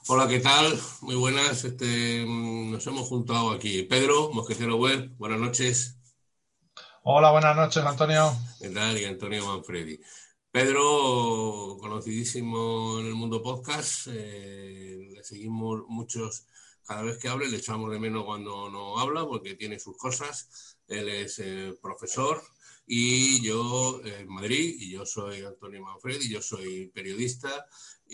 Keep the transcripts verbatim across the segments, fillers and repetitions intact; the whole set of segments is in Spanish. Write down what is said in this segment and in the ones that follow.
Hola, ¿qué tal? Muy buenas. Este, mm, nos hemos juntado aquí. Pedro, Mosquetero Web, buenas noches. Hola, buenas noches, Antonio. ¿Qué tal? Y Antonio Manfredi. Pedro, conocidísimo en el mundo podcast, eh, le seguimos muchos, cada vez que hable le echamos de menos cuando no habla porque tiene sus cosas. Él es eh, profesor y yo eh, en Madrid, y yo soy Antonio Manfredi, yo soy periodista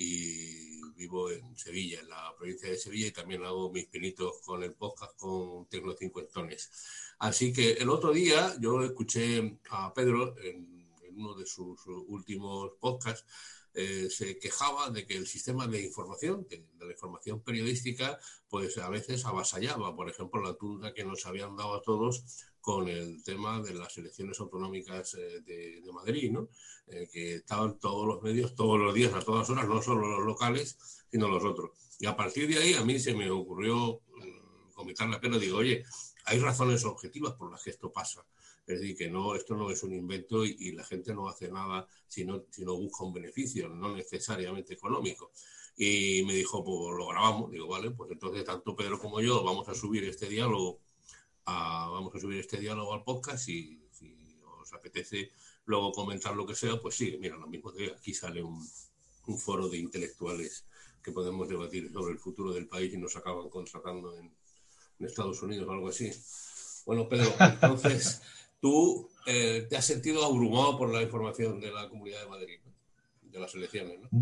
y vivo en Sevilla, en la provincia de Sevilla, y también hago mis pinitos con el podcast con Tecnocincuentones. Así que el otro día yo escuché a Pedro en, en uno de sus últimos podcasts, eh, se quejaba de que el sistema de información, de, de la información periodística, pues a veces avasallaba. Por ejemplo, la tunda que nos habían dado a todos con el tema de las elecciones autonómicas eh, de, de Madrid, ¿no? Eh, que estaban todos los medios, todos los días, a todas horas, no solo los locales, sino los otros. Y a partir de ahí a mí se me ocurrió eh, comentar la pena, digo, oye, hay razones objetivas por las que esto pasa. Es decir, que no, esto no es un invento y, y la gente no hace nada si no, si no busca un beneficio, no necesariamente económico. Y me dijo, pues lo grabamos. Digo, vale, pues entonces tanto Pedro como yo vamos a subir este diálogo, a, vamos a subir este diálogo al podcast y si os apetece luego comentar lo que sea, pues sí, mira, lo mismo que aquí sale un, un foro de intelectuales que podemos debatir sobre el futuro del país y nos acaban contratando en, en Estados Unidos o algo así. Bueno, Pedro, entonces tú eh, te has sentido abrumado por la información de la Comunidad de Madrid, ¿no? De las elecciones, ¿no?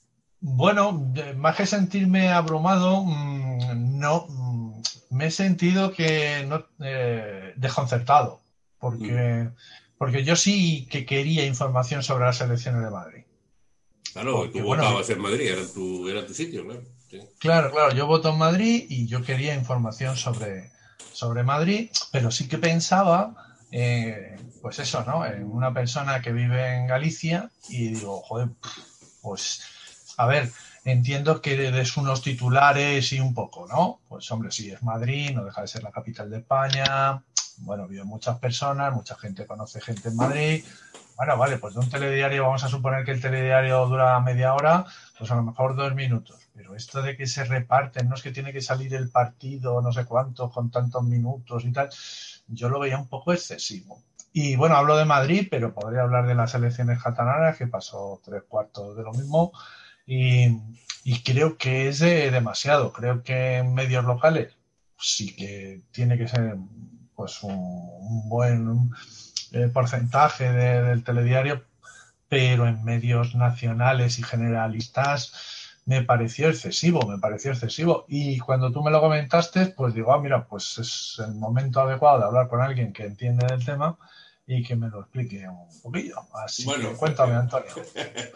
Bueno, de- más que sentirme abrumado, mm, no, mm, me he sentido que no, eh, desconcertado, Mm. porque, porque yo sí que quería información sobre las elecciones de Madrid. Claro, tú Porque, bueno, votabas en Madrid, era tu, era tu sitio, claro. Sí. claro, claro, yo voto en Madrid y yo quería información sobre, sobre Madrid, pero sí que pensaba, eh, pues eso, ¿no? En una persona que vive en Galicia y digo, joder, pues, a ver, entiendo que des unos titulares y un poco, ¿no? Pues hombre, sí, es Madrid, no deja de ser la capital de España, bueno, viven muchas personas, mucha gente conoce gente en Madrid. Bueno, vale, pues de un telediario, vamos a suponer que el telediario dura media hora, pues a lo mejor dos minutos. Pero esto de que se reparten, no es que tiene que salir el partido, no sé cuánto, con tantos minutos y tal, yo lo veía un poco excesivo. Y bueno, hablo de Madrid, pero podría hablar de las elecciones catalanas, que pasó tres cuartos de lo mismo. Y, y creo que es de demasiado. Creo que en medios locales sí que tiene que ser pues un, un buen eh, porcentaje de, del telediario, pero en medios nacionales y generalistas me pareció excesivo, me pareció excesivo. Y cuando tú me lo comentaste, pues digo, ah, mira, pues es el momento adecuado de hablar con alguien que entiende del tema y que me lo explique un poquillo. Así Bueno, que cuéntame, Antonio. eh,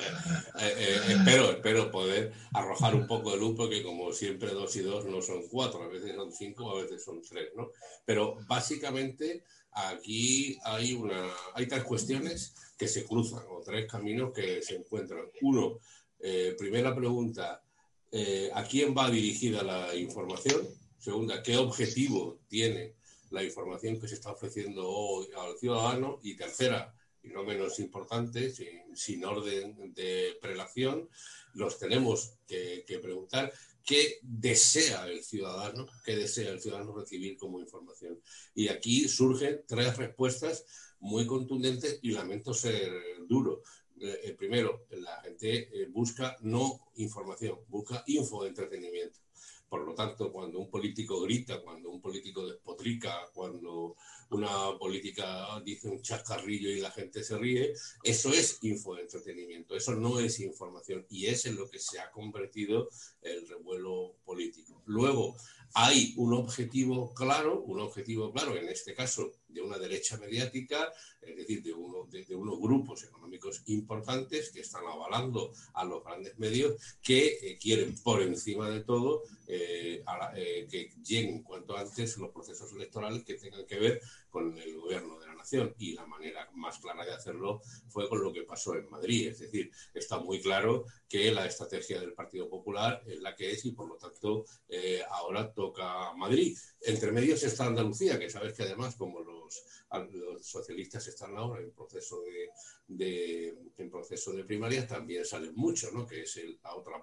eh, espero, espero poder arrojar un poco de luz porque como siempre dos y dos no son cuatro, a veces son cinco, a veces son tres, ¿no? Pero básicamente aquí hay una, hay tres cuestiones que se cruzan o tres caminos que se encuentran. Uno, eh, primera pregunta, eh, ¿a quién va dirigida la información? Segunda, ¿qué objetivo tiene la información que se está ofreciendo hoy al ciudadano? Y tercera, y no menos importante, sin, sin orden de prelación, los tenemos que, que preguntar qué desea el ciudadano, qué desea el ciudadano recibir como información. Y aquí surgen tres respuestas muy contundentes y lamento ser duro. Eh, primero, la gente eh, busca no información, busca info de entretenimiento. Por lo tanto, cuando un político grita, cuando un político despotrica, cuando una política dice un chascarrillo y la gente se ríe, eso es infoentretenimiento, eso no es información y es en lo que se ha convertido el revuelo político. Luego, hay un objetivo claro, un objetivo claro, en este caso de una derecha mediática, es decir, de, uno, de, de unos grupos económicos importantes que están avalando a los grandes medios que eh, quieren por encima de todo eh, a la, eh, que lleguen cuanto antes los procesos electorales que tengan que ver con el gobierno de la nación, y la manera más clara de hacerlo fue con lo que pasó en Madrid. Es decir, está muy claro que la estrategia del Partido Popular es la que es y por lo tanto eh, ahora toca Madrid. Entre medios está Andalucía, que sabes que además como los, los socialistas están ahora en proceso de, de, en proceso de primarias, también salen mucho, ¿no? Que es el, la otra parte.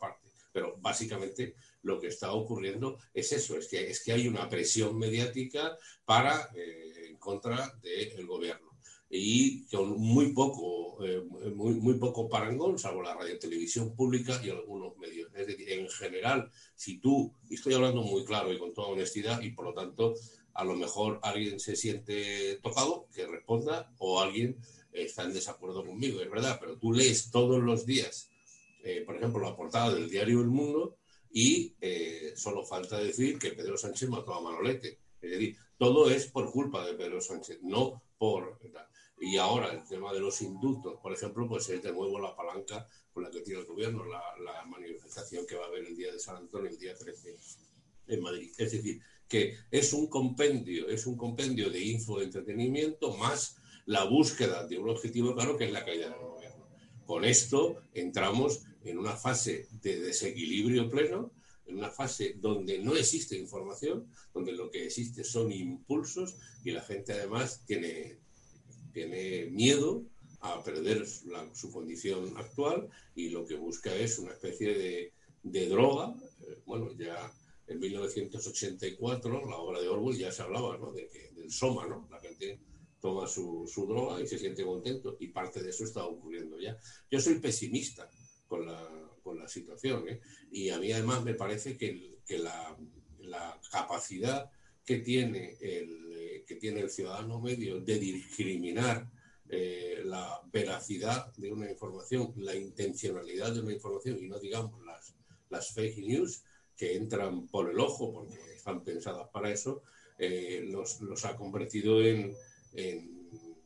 Pero básicamente lo que está ocurriendo es eso, es que, es que hay una presión mediática para, eh, en contra del gobierno. Y con muy poco, eh, muy, muy poco parangón, salvo la radio y televisión pública y algunos medios. Es decir, en general, si tú, y estoy hablando muy claro y con toda honestidad, y por lo tanto, a lo mejor alguien se siente tocado, que responda, o alguien está en desacuerdo conmigo, es verdad, pero tú lees todos los días, eh, por ejemplo, la portada del diario El Mundo, y eh, solo falta decir que Pedro Sánchez mató a Manolete. Es decir, todo es por culpa de Pedro Sánchez, no por... Y ahora el tema de los indultos, por ejemplo, pues es de nuevo la palanca con la que tiene el gobierno, la, la manifestación que va a haber el día de San Antonio, el día trece en Madrid. Es decir, que es un compendio, es un compendio de info de entretenimiento más la búsqueda de un objetivo claro que es la caída del gobierno. Con esto entramos en una fase de desequilibrio pleno, en una fase donde no existe información, donde lo que existe son impulsos y la gente además tiene... tiene miedo a perder la, su condición actual y lo que busca es una especie de, de droga. Eh, bueno, ya en mil novecientos ochenta y cuatro, la obra de Orwell, ya se hablaba, ¿no?, de que, del soma, ¿no? La gente toma su, su droga y se siente contento, y parte de eso está ocurriendo ya. Yo soy pesimista con la, con la situación, ¿eh? Y a mí además me parece que, el, que la, la capacidad que tiene el que tiene el ciudadano medio de discriminar eh, la veracidad de una información, la intencionalidad de una información, y no digamos las, las fake news que entran por el ojo porque están pensadas para eso, eh, los, los ha convertido en, en,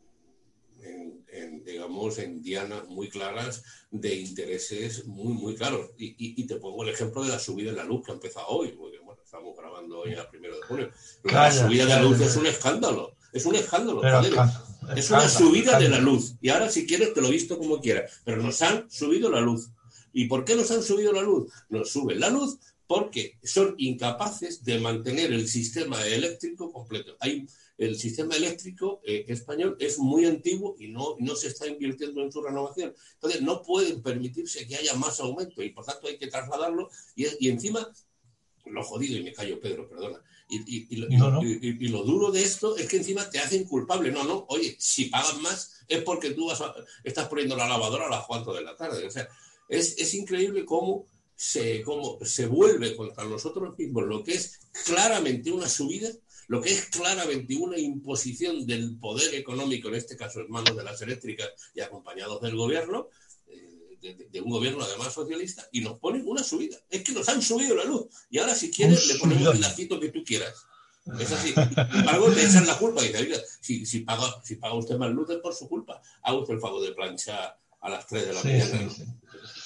en, en, digamos, en dianas muy claras de intereses muy, muy claros. Y, y, y te pongo el ejemplo de la subida de la luz que ha empezado hoy, porque bueno, estamos grabando hoy a primero de junio. La subida de la luz es un escándalo, es un escándalo, pero joder. escándalo, Es una escándalo, subida escándalo. de la luz. Y ahora, si quieres, te lo he visto como quieras. Pero nos han subido la luz. ¿Y por qué nos han subido la luz? Nos suben la luz porque son incapaces de mantener el sistema eléctrico completo. Hay, el sistema eléctrico eh, español es muy antiguo y no, no se está invirtiendo en su renovación. Entonces, no pueden permitirse que haya más aumento y, por tanto, hay que trasladarlo. Y, y encima... Lo jodido, y me callo, Pedro, perdona. Y, y, y, y, no, no. y, y, y lo duro de esto es que encima te hacen culpable. No, no, oye, si pagas más es porque tú vas a, estás poniendo la lavadora a las cuatro de la tarde. O sea, es, es increíble cómo se, cómo se vuelve contra nosotros mismos lo que es claramente una subida, lo que es claramente una imposición del poder económico, en este caso en manos de las eléctricas y acompañados del gobierno, De, de, de un gobierno además socialista, y nos ponen una subida. Es que nos han subido la luz y ahora si quieres le ponemos el lacito que tú quieras. Es así. Sin embargo, te echan la culpa y dicen, oiga, si, si, paga, si paga usted más luz es por su culpa. Haga usted el favor de planchar a las tres de la sí, mañana. sí, ¿no? sí.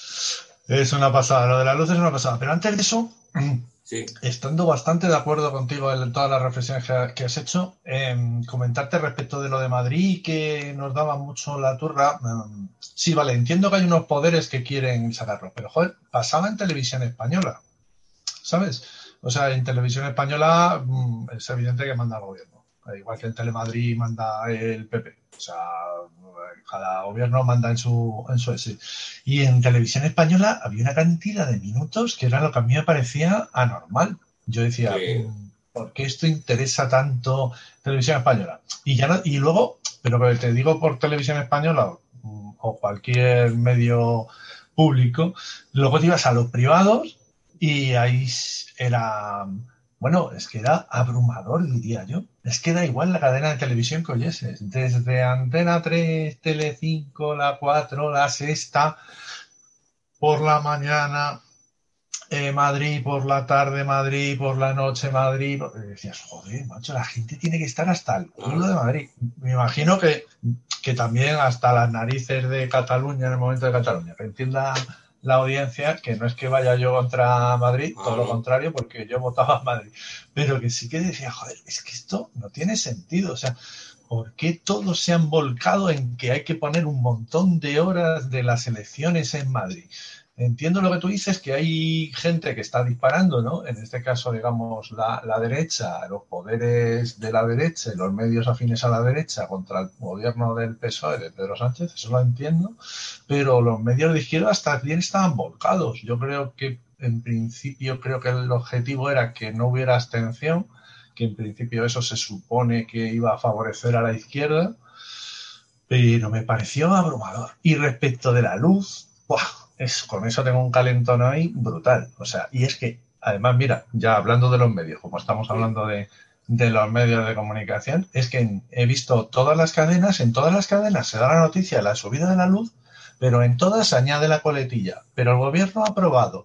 Es una pasada, lo de la luz es una pasada. Pero antes de eso, sí. estando bastante de acuerdo contigo en todas las reflexiones que, que has hecho, eh, comentarte respecto de lo de Madrid, que nos daba mucho la turra. Eh, sí, vale, entiendo que hay unos poderes que quieren sacarlo, pero joder, pasaba en televisión española, ¿sabes? O sea, en televisión española mmm, es evidente que manda el gobierno, igual que en Telemadrid manda el P P. O sea, cada gobierno manda en su, en su ese. Y en televisión española había una cantidad de minutos que era lo que a mí me parecía anormal. Yo decía, Sí. ¿por qué esto interesa tanto televisión española? Y ya no, y luego, pero te digo por televisión española o cualquier medio público, luego te ibas a los privados y ahí era... Bueno, es que era abrumador, diría yo. Es que da igual la cadena de televisión que oyeses. Desde Antena tres, Telecinco, la cuatro, la Sexta, por la mañana, eh, Madrid, por la tarde, Madrid, por la noche, Madrid. Y decías, joder, macho, la gente tiene que estar hasta el culo de Madrid. Me imagino que, que también hasta las narices de Cataluña en el momento de Cataluña. Que entienda la audiencia que no es que vaya yo contra Madrid, Ah, todo no. lo contrario, porque yo votaba a Madrid, pero que sí que decía, joder, es que esto no tiene sentido, o sea, ¿por qué todos se han volcado en que hay que poner un montón de horas de las elecciones en Madrid? Entiendo lo que tú dices, que hay gente que está disparando, ¿no? En este caso, digamos, la, la derecha, los poderes de la derecha y los medios afines a la derecha contra el gobierno del P S O E de Pedro Sánchez, eso lo entiendo, pero los medios de izquierda hasta bien estaban volcados. Yo creo que en principio creo que el objetivo era que no hubiera abstención, que en principio eso se supone que iba a favorecer a la izquierda, pero me pareció abrumador. Y respecto de la luz, ¡buah! Es, con eso tengo un calentón ahí brutal. O sea, y es que, además, mira, ya hablando de los medios, como estamos hablando de, de los medios de comunicación, es que he visto todas las cadenas, en todas las cadenas se da la noticia de la subida de la luz, pero en todas se añade la coletilla. Pero el gobierno ha aprobado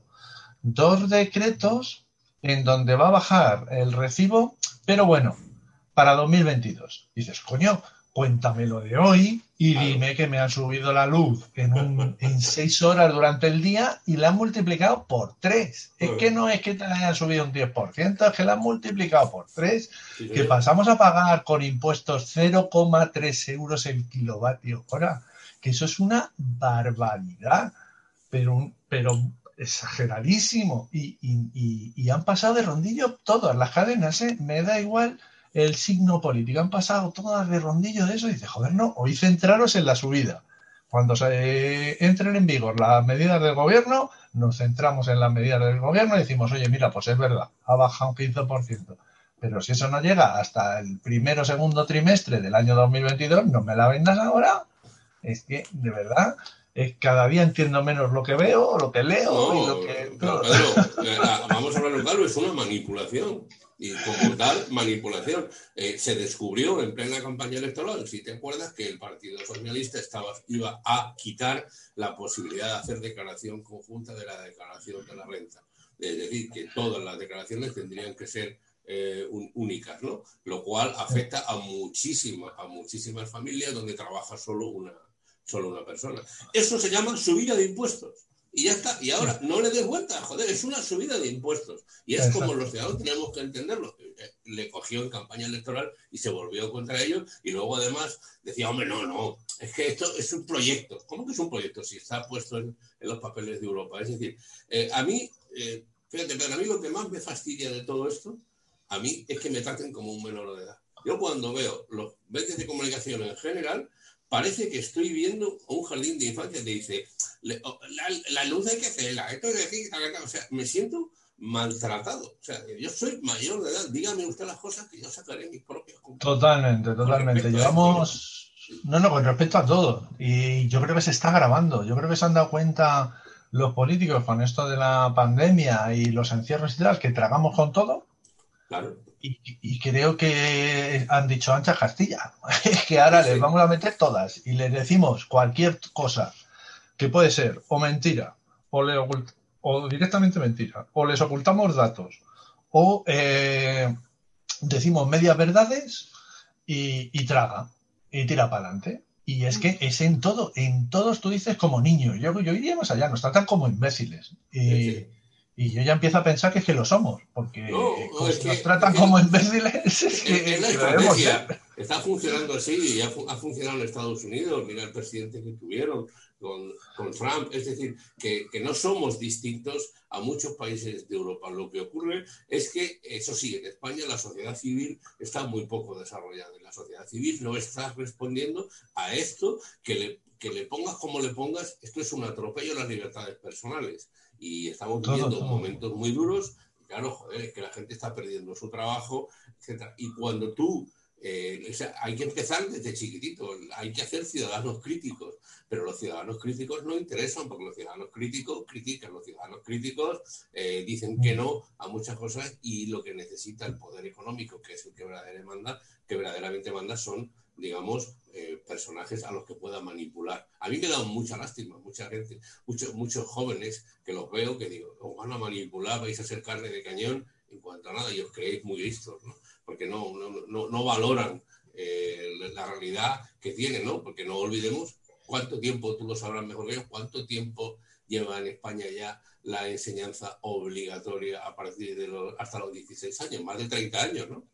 dos decretos en donde va a bajar el recibo, pero bueno, para dos mil veintidós. Dices, coño, cuéntamelo de hoy y Claro. dime que me han subido la luz en, un, en seis horas durante el día y la han multiplicado por tres. Es que no es que te la hayan subido un diez por ciento, es que la han multiplicado por tres, Sí, que pasamos a pagar con impuestos cero coma tres euros el kilovatio hora, que eso es una barbaridad, pero, pero exageradísimo. Y, y, y, y han pasado de rondillo todas las cadenas, ¿eh? Me da igual el signo político, han pasado todas de rondillo de eso y dice, joder, no, hoy centraros en la subida. Cuando se entren en vigor las medidas del gobierno, nos centramos en las medidas del gobierno y decimos, oye, mira, pues es verdad, ha bajado un quince por ciento. Pero si eso no llega hasta el primero o segundo trimestre del año dos mil veintidós, no me la vendas ahora. Es que, de verdad, es, cada día entiendo menos lo que veo, lo que leo no, y lo que... pero Pedro, eh, vamos a hablarlo claro, es una manipulación. Y como tal, manipulación. Eh, se descubrió en plena campaña electoral, si te acuerdas, que el Partido Socialista estaba, iba a quitar la posibilidad de hacer declaración conjunta de la declaración de la renta. Es decir, que todas las declaraciones tendrían que ser eh, un, únicas, ¿no? Lo cual afecta a muchísimas, a muchísimas familias donde trabaja solo una, solo una persona. Eso se llama subida de impuestos. Y ya está. Y ahora, no le des vuelta, joder, es una subida de impuestos. Y es como los ciudadanos tenemos que entenderlo. Le cogió en campaña electoral y se volvió contra ellos. Y luego, además, decía, hombre, no, no, es que esto es un proyecto. ¿Cómo que es un proyecto? Si está puesto en, en los papeles de Europa. Es decir, eh, a mí, eh, fíjate, pero a mí lo que más me fastidia de todo esto, a mí, es que me traten como un menor de edad. Yo cuando veo los medios de comunicación en general, parece que estoy viendo un jardín de infancia que dice, la, la luz hay que hacerla, esto es decir, o sea, me siento maltratado. O sea, yo soy mayor de edad, dígame usted las cosas que yo sacaré mis propias conclusiones. Totalmente, totalmente. Llevamos... Esto, ¿no? no, no, con respecto a todo. Y yo creo que se está grabando. Yo creo que se han dado cuenta los políticos con esto de la pandemia y los encierros y tal, que tragamos con todo. Claro. Y, y creo que han dicho ancha Castilla. Es que ahora sí, les sí. vamos a meter todas y les decimos cualquier cosa que puede ser o mentira o, le ocult- o directamente mentira o les ocultamos datos o eh, decimos medias verdades y, y traga y tira para adelante. Y es que es en todo, en todos tú dices como niños. Yo, yo iría más allá, nos tratan como imbéciles. Y, sí, sí. Y yo ya empiezo a pensar que es que lo somos, porque no, no, es si que, nos tratan es que, como imbéciles, es, que, es la que estrategia. Está funcionando así y ha, ha funcionado en Estados Unidos. Mira el presidente que tuvieron con, con Trump. Es decir, que, que no somos distintos a muchos países de Europa. Lo que ocurre es que, eso sí, en España la sociedad civil está muy poco desarrollada. La sociedad civil no está respondiendo a esto que le, que le pongas como le pongas. Esto es un atropello a las libertades personales. Y estamos viviendo todo, todo. momentos muy duros. Y claro, joder, es que la gente está perdiendo su trabajo, etcétera. Y cuando tú, eh, o sea, hay que empezar desde chiquitito, hay que hacer ciudadanos críticos, pero los ciudadanos críticos no interesan, porque los ciudadanos críticos critican, los ciudadanos críticos eh, dicen que no a muchas cosas y lo que necesita el poder económico, que es el que verdaderamente manda, que verdaderamente manda son, digamos, eh, personajes a los que pueda manipular. A mí me da mucha lástima, mucha gente, muchos, muchos jóvenes que los veo que digo, os van a manipular, vais a ser carne de cañón en cuanto a nada y os creéis muy listos, ¿no? Porque no, no, no, no valoran eh, la realidad que tienen, ¿no? Porque no olvidemos cuánto tiempo, tú lo sabrás mejor que yo, cuánto tiempo lleva en España ya la enseñanza obligatoria a partir de los, hasta los dieciséis años, más de treinta años, ¿no?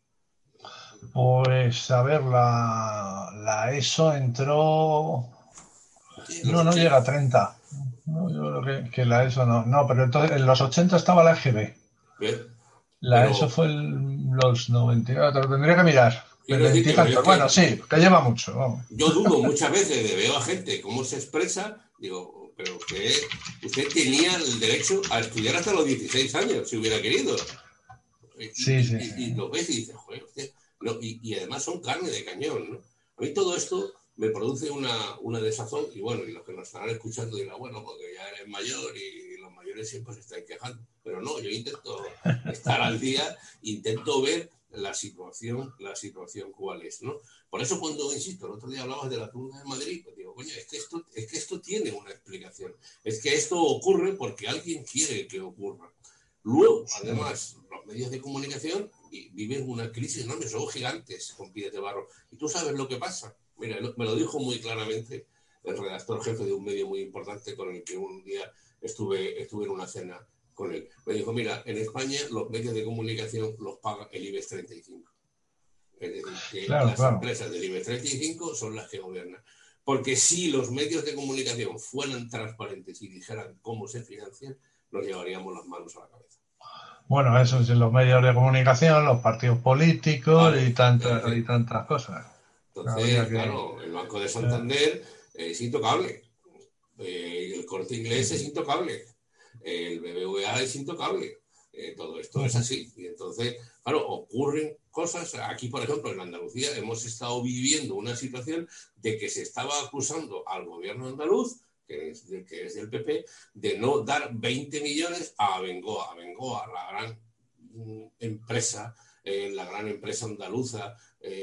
Pues, a ver, la, la ESO entró... Sí, no, no llega a treinta. No, yo creo que, que la ESO no. No, pero entonces en los ochenta estaba la E G B. Bien. La Pero, ESO fue el, los noventa. Te lo tendría que mirar. Quiero decir que, tantos. Bueno, sí, que lleva mucho. Vamos. Yo dudo muchas veces de veo a gente cómo se expresa, digo, pero usted, usted tenía el derecho a estudiar hasta los dieciséis años, si hubiera querido. Y, sí, y, sí, y, sí. y lo ves y dices, joder, usted, no, y, y además son carne de cañón, ¿no? A mí todo esto me produce una, una desazón, y bueno, y los que nos estarán escuchando dirán, bueno, porque ya eres mayor y los mayores siempre se están quejando. Pero no, yo intento estar al día, intento ver la situación, la situación cuál es, ¿no? Por eso cuando, insisto, el otro día hablabas de la Turga de Madrid, pues digo, coño, es que, esto, es que esto tiene una explicación. Es que esto ocurre porque alguien quiere que ocurra. Luego, además, los medios de comunicación viven una crisis enorme, son gigantes con pies de barro. Y tú sabes lo que pasa. Mira, me lo dijo muy claramente el redactor jefe de un medio muy importante con el que un día estuve, estuve en una cena con él. Me dijo, mira, en España los medios de comunicación los paga el IBEX treinta y cinco. Es decir, que Claro, las claro. empresas del IBEX treinta y cinco son las que gobiernan. Porque si los medios de comunicación fueran transparentes y dijeran cómo se financian, nos llevaríamos las manos a la cabeza. Bueno, eso es en los medios de comunicación, los partidos políticos Claro, y es tantas, y decir, tantas cosas. Habría entonces, que... claro, el Banco de Eh, Santander eh, es intocable, eh, el Corte Inglés es uh-huh. intocable, el B B V A es intocable, eh, todo esto es Uh-huh. así. Y entonces, claro, ocurren cosas. Aquí, por ejemplo, en Andalucía hemos estado viviendo una situación de que se estaba acusando al gobierno andaluz, que es, de, que es del P P, de no dar veinte millones a Abengoa, Abengoa, la gran mm, empresa, eh, la gran empresa andaluza,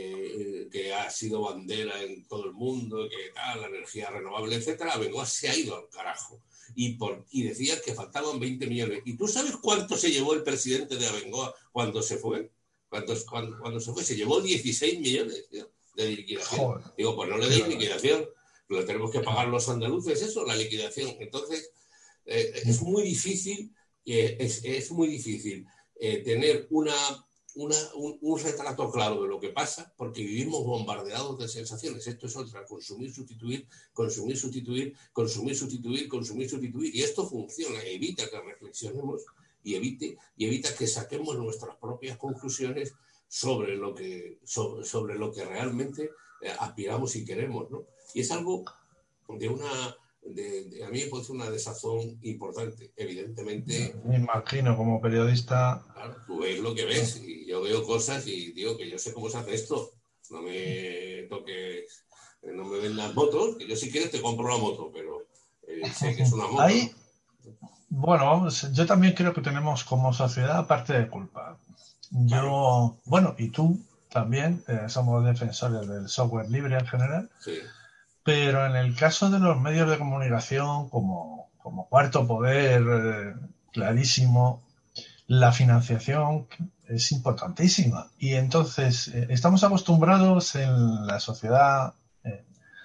eh, que ha sido bandera en todo el mundo, que tal, la energía renovable, etcétera. Abengoa se ha ido al carajo. Y, por, y decía que faltaban veinte millones. ¿Y tú sabes cuánto se llevó el presidente de Abengoa cuando se fue? Cuando, cuando, cuando se fue, se llevó dieciséis millones, tío, de liquidación. Joder, Digo, pues no le qué deis verdad. liquidación, lo tenemos que pagar los andaluces, eso, la liquidación. Entonces, eh, es muy difícil, eh, es, es muy difícil eh, tener una, una, un, un retrato claro de lo que pasa, porque vivimos bombardeados de sensaciones. Esto es otra, consumir, sustituir, consumir, sustituir, consumir, sustituir, consumir, sustituir. Y esto funciona, evita que reflexionemos y evite, y evita que saquemos nuestras propias conclusiones sobre lo que, sobre, sobre lo que realmente eh, aspiramos y queremos, ¿no? Y es algo de una... De, de, a mí me parece una desazón importante, evidentemente. Me imagino como periodista. Claro, tú ves lo que ves y yo veo cosas y digo que yo sé cómo se hace esto. No me toques, no me vendas motos, que yo si quieres te compro la moto, pero eh, sé que es una moto, Ahí, ¿no? bueno, yo también creo que tenemos como sociedad parte de culpa. Claro, Yo, bueno, y tú también, eh, somos defensores del software libre en general, sí. pero en el caso de los medios de comunicación, como, como cuarto poder, eh, clarísimo, la financiación es importantísima. Y entonces, eh, estamos acostumbrados en la sociedad eh,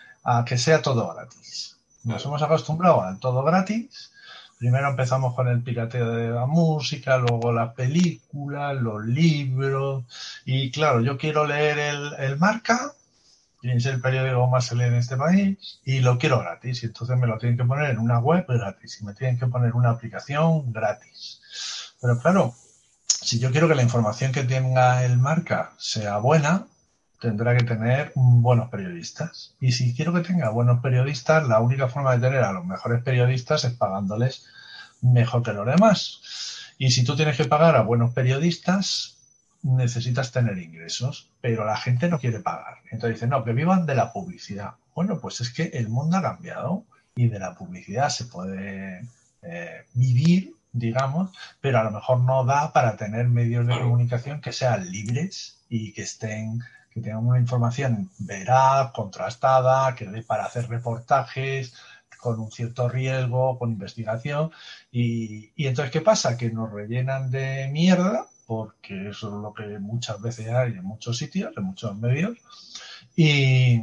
a que sea todo gratis. Nos Claro. hemos acostumbrado al todo gratis. Primero empezamos con el pirateo de la música, luego las películas, los libros. Y claro, yo quiero leer el, el Marca, que es el periódico más se lee en este país, y lo quiero gratis. Y entonces me lo tienen que poner en una web gratis y me tienen que poner una aplicación gratis. Pero claro, si yo quiero que la información que tenga el Marca sea buena, tendrá que tener buenos periodistas. Y si quiero que tenga buenos periodistas, la única forma de tener a los mejores periodistas es pagándoles mejor que los demás. Y si tú tienes que pagar a buenos periodistas, necesitas tener ingresos, pero la gente no quiere pagar. Entonces dicen, no, que vivan de la publicidad. Bueno, pues es que el mundo ha cambiado y de la publicidad se puede eh, vivir, digamos, pero a lo mejor no da para tener medios de Claro. comunicación que sean libres y que estén, que tengan una información veraz, contrastada, que dé para hacer reportajes con un cierto riesgo, con investigación. Y, y entonces, ¿qué pasa? Que nos rellenan de mierda, porque eso es lo que muchas veces hay en muchos sitios, en muchos medios. Y,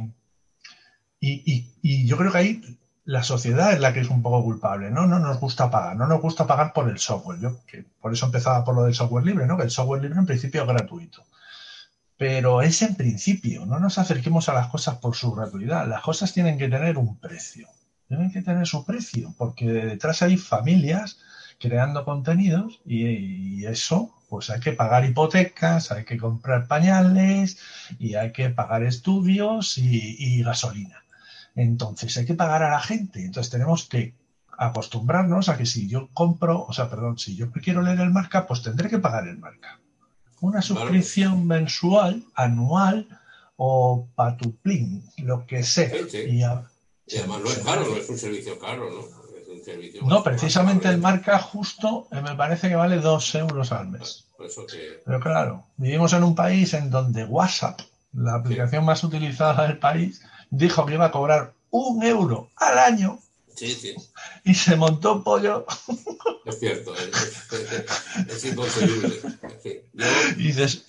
y, y, y yo creo que ahí la sociedad es la que es un poco culpable, ¿no? No nos gusta pagar, no nos gusta pagar por el software. Yo, que por eso empezaba por lo del software libre, ¿no? Que el software libre en principio es gratuito. Pero es en principio, no nos acerquemos a las cosas por su gratuidad. Las cosas tienen que tener un precio. Tienen que tener su precio, porque detrás hay familias creando contenidos y, y eso, pues hay que pagar hipotecas, hay que comprar pañales y hay que pagar estudios y, y gasolina. Entonces hay que pagar a la gente. Entonces tenemos que acostumbrarnos a que si yo compro, o sea, perdón, si yo quiero leer el Marca, pues tendré que pagar el Marca. Una suscripción claro. mensual, anual o patuplín, lo que sea. Sí, sí. Y, a, y además no es caro, no es un servicio caro, ¿no? Es un servicio no, precisamente el Marca justo eh, me parece que vale dos euros al mes. Por eso que... Pero claro, vivimos en un país en donde WhatsApp, la aplicación sí. más utilizada del país, dijo que iba a cobrar un euro al año. Sí, sí. Y se montó un pollo. Es cierto, es, es, es, es inconcebible. En fin, yo... Y dices,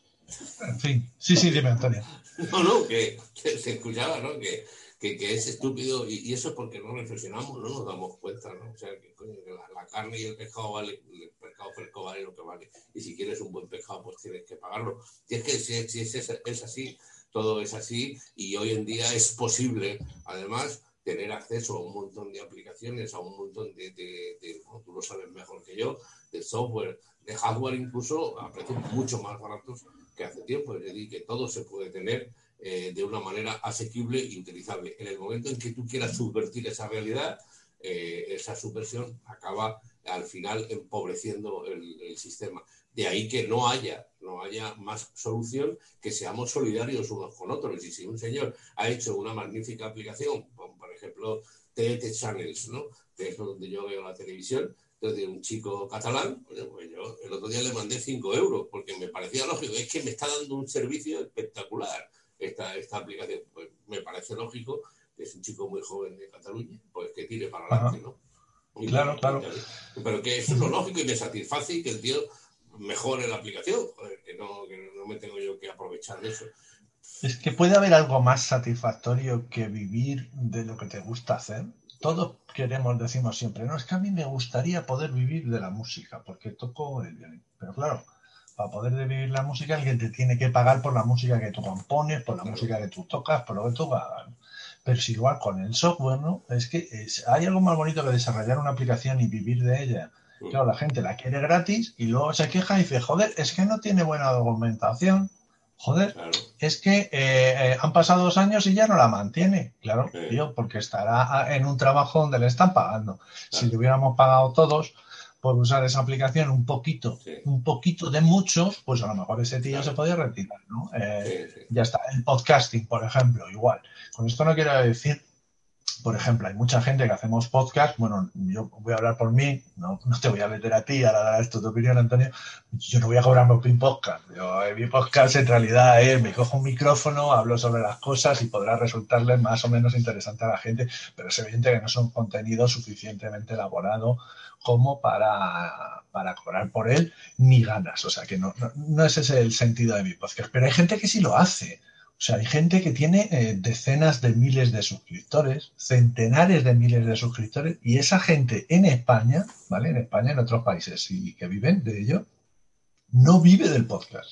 en fin, sí, sí, dime, Antonio. No, no, que, que se escuchaba, ¿no? Que, que, que es estúpido y, y eso es porque no reflexionamos, no nos damos cuenta, ¿no? O sea, que, coño, que la, la carne y el pescado vale, el pescado fresco vale lo que vale. Y si quieres un buen pescado, pues tienes que pagarlo. Y es que si, si es, es, es así, todo es así y hoy en día es posible, además, tener acceso a un montón de aplicaciones, a un montón de, de, de como tú lo sabes mejor que yo, de software, de hardware incluso, a precios mucho más baratos que hace tiempo. Es decir, que todo se puede tener eh, de una manera asequible y utilizable. En el momento en que tú quieras subvertir esa realidad, eh, esa subversión acaba al final empobreciendo el, el sistema. De ahí que no haya, no haya más solución que seamos solidarios unos con otros. Y si un señor ha hecho una magnífica aplicación, como por ejemplo T E T Channels, ¿no? Que es donde yo veo la televisión, entonces un chico catalán, pues yo el otro día le mandé cinco euros porque me parecía lógico, es que me está dando un servicio espectacular esta, esta aplicación. Pues me parece lógico que es un chico muy joven de Cataluña, pues que tire para adelante, ¿no? Y claro, me, claro. Pero que eso es lo lógico y me satisface y que el tío mejore la aplicación, joder, que, no, que no me tengo yo que aprovechar de eso. Es que puede haber algo más satisfactorio que vivir de lo que te gusta hacer. Todos queremos, decimos siempre, no, es que a mí me gustaría poder vivir de la música, porque toco el violín. Pero claro, para poder vivir la música, alguien te tiene que pagar por la música que tú compones, por la claro. música que tú tocas, por lo que tú hagas. Pero si igual con el software, ¿no? Es que es, hay algo más bonito que desarrollar una aplicación y vivir de ella. Claro, la gente la quiere gratis y luego se queja y dice, joder, es que no tiene buena documentación. Joder, claro. es que eh, eh, han pasado dos años y ya no la mantiene. Claro, sí. tío, porque estará en un trabajo donde le están pagando. Claro. Si le hubiéramos pagado todos por usar esa aplicación un poquito, sí. un poquito de muchos, pues a lo mejor ese tío claro. se podía retirar, ¿no? Eh, sí, sí. Ya está. El podcasting, por ejemplo, igual. Con esto no quiero decir... Por ejemplo, hay mucha gente que hacemos podcast. Bueno, yo voy a hablar por mí, no, no te voy a meter a ti a dar esto tu opinión, Antonio. Yo no voy a cobrarme un podcast. Yo, mi podcast en realidad es, me cojo un micrófono, hablo sobre las cosas y podrá resultarle más o menos interesante a la gente, pero es evidente que no es un contenido suficientemente elaborado como para, para cobrar por él, ni ganas. O sea, que no, no, no ese es el sentido de mi podcast. Pero hay gente que sí lo hace. O sea, hay gente que tiene eh, decenas de miles de suscriptores, centenares de miles de suscriptores, y esa gente en España, ¿vale? En España, en otros países y que viven de ello, no vive del podcast.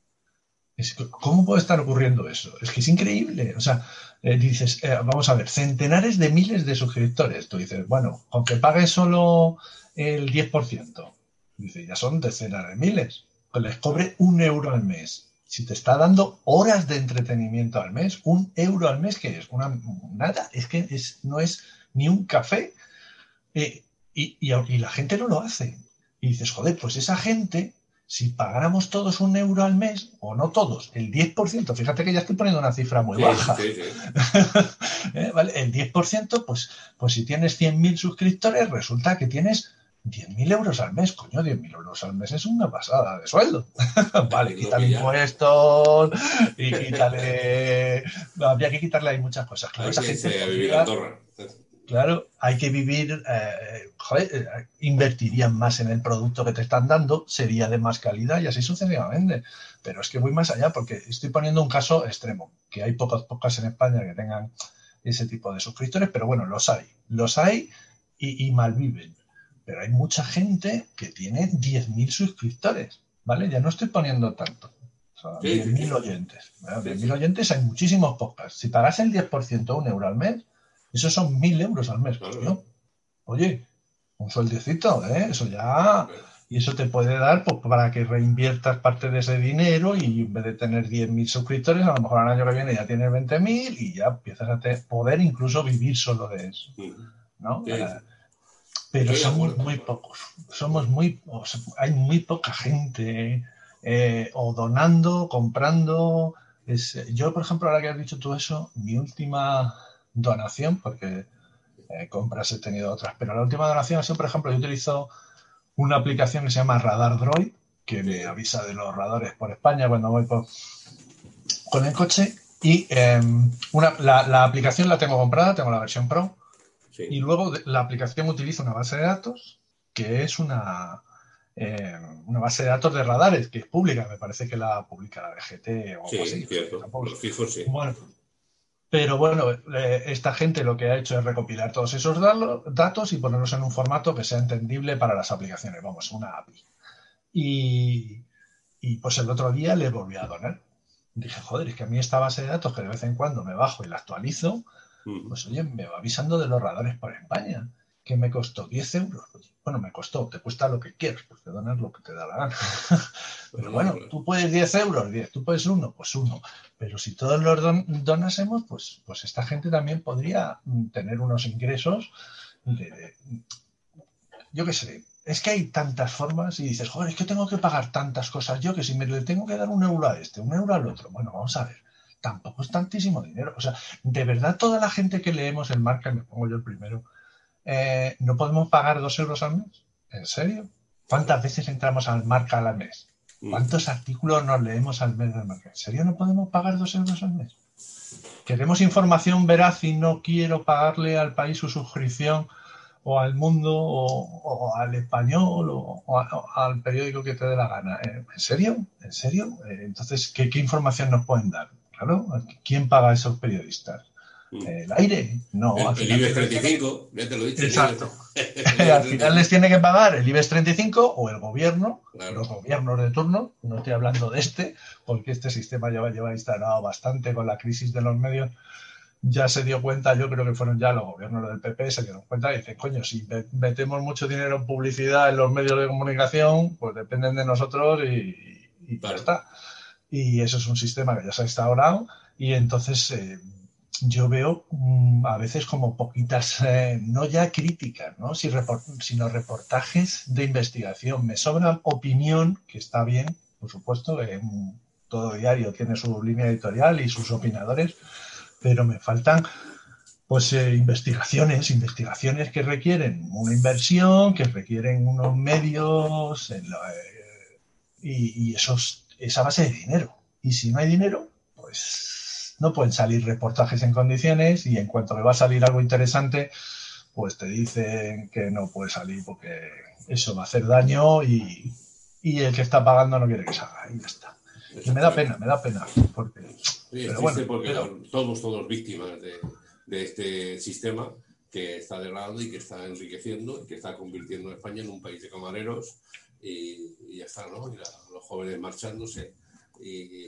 Es, ¿Cómo puede estar ocurriendo eso? Es que es increíble. O sea, eh, dices, eh, vamos a ver, centenares de miles de suscriptores. Tú dices, bueno, aunque pague solo el diez por ciento, dice, ya son decenas de miles. Que les cobre un euro al mes. Si te está dando horas de entretenimiento al mes, un euro al mes, ¿qué es? Una, nada, es que es, no es ni un café. Eh, y, y, y la gente no lo hace. Y dices, joder, pues esa gente, si pagáramos todos un euro al mes, o no todos, el diez por ciento, fíjate que ya estoy poniendo una cifra muy sí, baja. Sí, sí. ¿Eh? ¿Vale? El diez por ciento, pues, pues si tienes cien mil suscriptores, resulta que tienes diez mil euros al mes, coño, diez mil euros al mes es una pasada de sueldo. Vale, quítale impuestos y quítale... No, habría que quitarle ahí muchas cosas. Claro, hay esa que gente se vivir en Andorra. Claro, hay que vivir, eh, joder, eh, invertirían más en el producto que te están dando, sería de más calidad y así sucesivamente. Pero es que voy más allá porque estoy poniendo un caso extremo, que hay pocos podcasts en España que tengan ese tipo de suscriptores, pero bueno, los hay, los hay y, y malviven. Pero hay mucha gente que tiene diez mil suscriptores, ¿vale? Ya no estoy poniendo tanto. O sea, sí, diez mil sí, oyentes. ¿Vale? Sí, diez mil sí. oyentes hay muchísimos podcasts. Si pagas el diez por ciento, un euro al mes, esos son mil euros al mes. Pues, ¿no? Oye, un sueldecito, ¿eh? Eso ya... Y eso te puede dar pues, para que reinviertas parte de ese dinero y en vez de tener diez mil suscriptores, a lo mejor al año que viene ya tienes veinte mil y ya empiezas a te- poder incluso vivir solo de eso, ¿no? Sí, Eh, sí. pero somos muy pocos. Somos muy, o sea, hay muy poca gente eh, o donando, comprando. Es, yo, por ejemplo, ahora que has dicho tú eso, mi última donación, porque eh, compras he tenido otras, pero la última donación ha sido, por ejemplo, yo utilizo una aplicación que se llama Radar Droid, que sí. me avisa de los radares por España cuando voy por, con el coche. Y eh, una, la, la aplicación la tengo comprada, tengo la versión Pro. Sí. Y luego la aplicación utiliza una base de datos que es una, eh, una base de datos de radares, que es pública. Me parece que la publica la D G T o sí, algo así. Cierto. Tampoco... Los fijos, sí. Bueno, pero bueno, eh, esta gente lo que ha hecho es recopilar todos esos datos y ponerlos en un formato que sea entendible para las aplicaciones. Vamos, una A P I. Y, y pues el otro día le volví a donar. Dije, joder, es que a mí esta base de datos que de vez en cuando me bajo y la actualizo, pues oye, me va avisando de los radares por España, que me costó diez euros. Bueno, me costó, te cuesta lo que quieras, pues te donas lo que te da la gana. Pero bueno, tú puedes diez euros, diez, tú puedes uno, pues uno. Pero si todos los don donásemos, pues, pues esta gente también podría tener unos ingresos de, de yo qué sé. Es que hay tantas formas y dices, joder, es que tengo que pagar tantas cosas yo que si me le tengo que dar un euro a este, un euro al otro. Bueno, vamos a ver. Tampoco es tantísimo dinero. O sea, de verdad toda la gente que leemos el Marca, y me pongo yo el primero, eh, ¿no podemos pagar dos euros al mes? ¿En serio? ¿Cuántas veces entramos al Marca al mes? ¿Cuántos artículos nos leemos al mes del Marca? ¿En serio no podemos pagar dos euros al mes? ¿Queremos información veraz y no quiero pagarle al país su suscripción o al Mundo o, o al Español o, o, a, o al periódico que te dé la gana? ¿En serio? ¿En serio? Entonces, ¿qué, qué información nos pueden dar? Claro, ¿quién paga a esos periodistas? ¿El aire? No. El, al el IBEX treinta y cinco, ya te lo he dicho. Exacto. Al final les tiene que pagar el IBEX treinta y cinco o el gobierno, claro. Los gobiernos de turno, no estoy hablando de este, porque este sistema ya lleva instalado bastante con la crisis de los medios. Ya se dio cuenta, yo creo que fueron ya los gobiernos del P P, se dieron cuenta y dicen, coño, si metemos mucho dinero en publicidad en los medios de comunicación, pues dependen de nosotros y, y claro. Ya está. Y eso es un sistema que ya se ha instaurado y entonces eh, yo veo mmm, a veces como poquitas, eh, no ya críticas, ¿no? Si report, sino reportajes de investigación. Me sobra opinión, que está bien, por supuesto, eh, todo diario tiene su línea editorial y sus opinadores, pero me faltan pues eh, investigaciones, investigaciones que requieren una inversión, que requieren unos medios en la, eh, y, y esos, esa base de dinero. Y si no hay dinero, pues no pueden salir reportajes en condiciones y en cuanto que va a salir algo interesante, pues te dicen que no puede salir porque eso va a hacer daño y, y el que está pagando no quiere que salga y ya está. Y me da pena, me da pena. Porque, sí, pero bueno, porque pero... somos todos víctimas de, de este sistema que está degradando y que está enriqueciendo y que está convirtiendo a España en un país de camareros y, y ya está, ¿no? Y la, los jóvenes marchándose y, y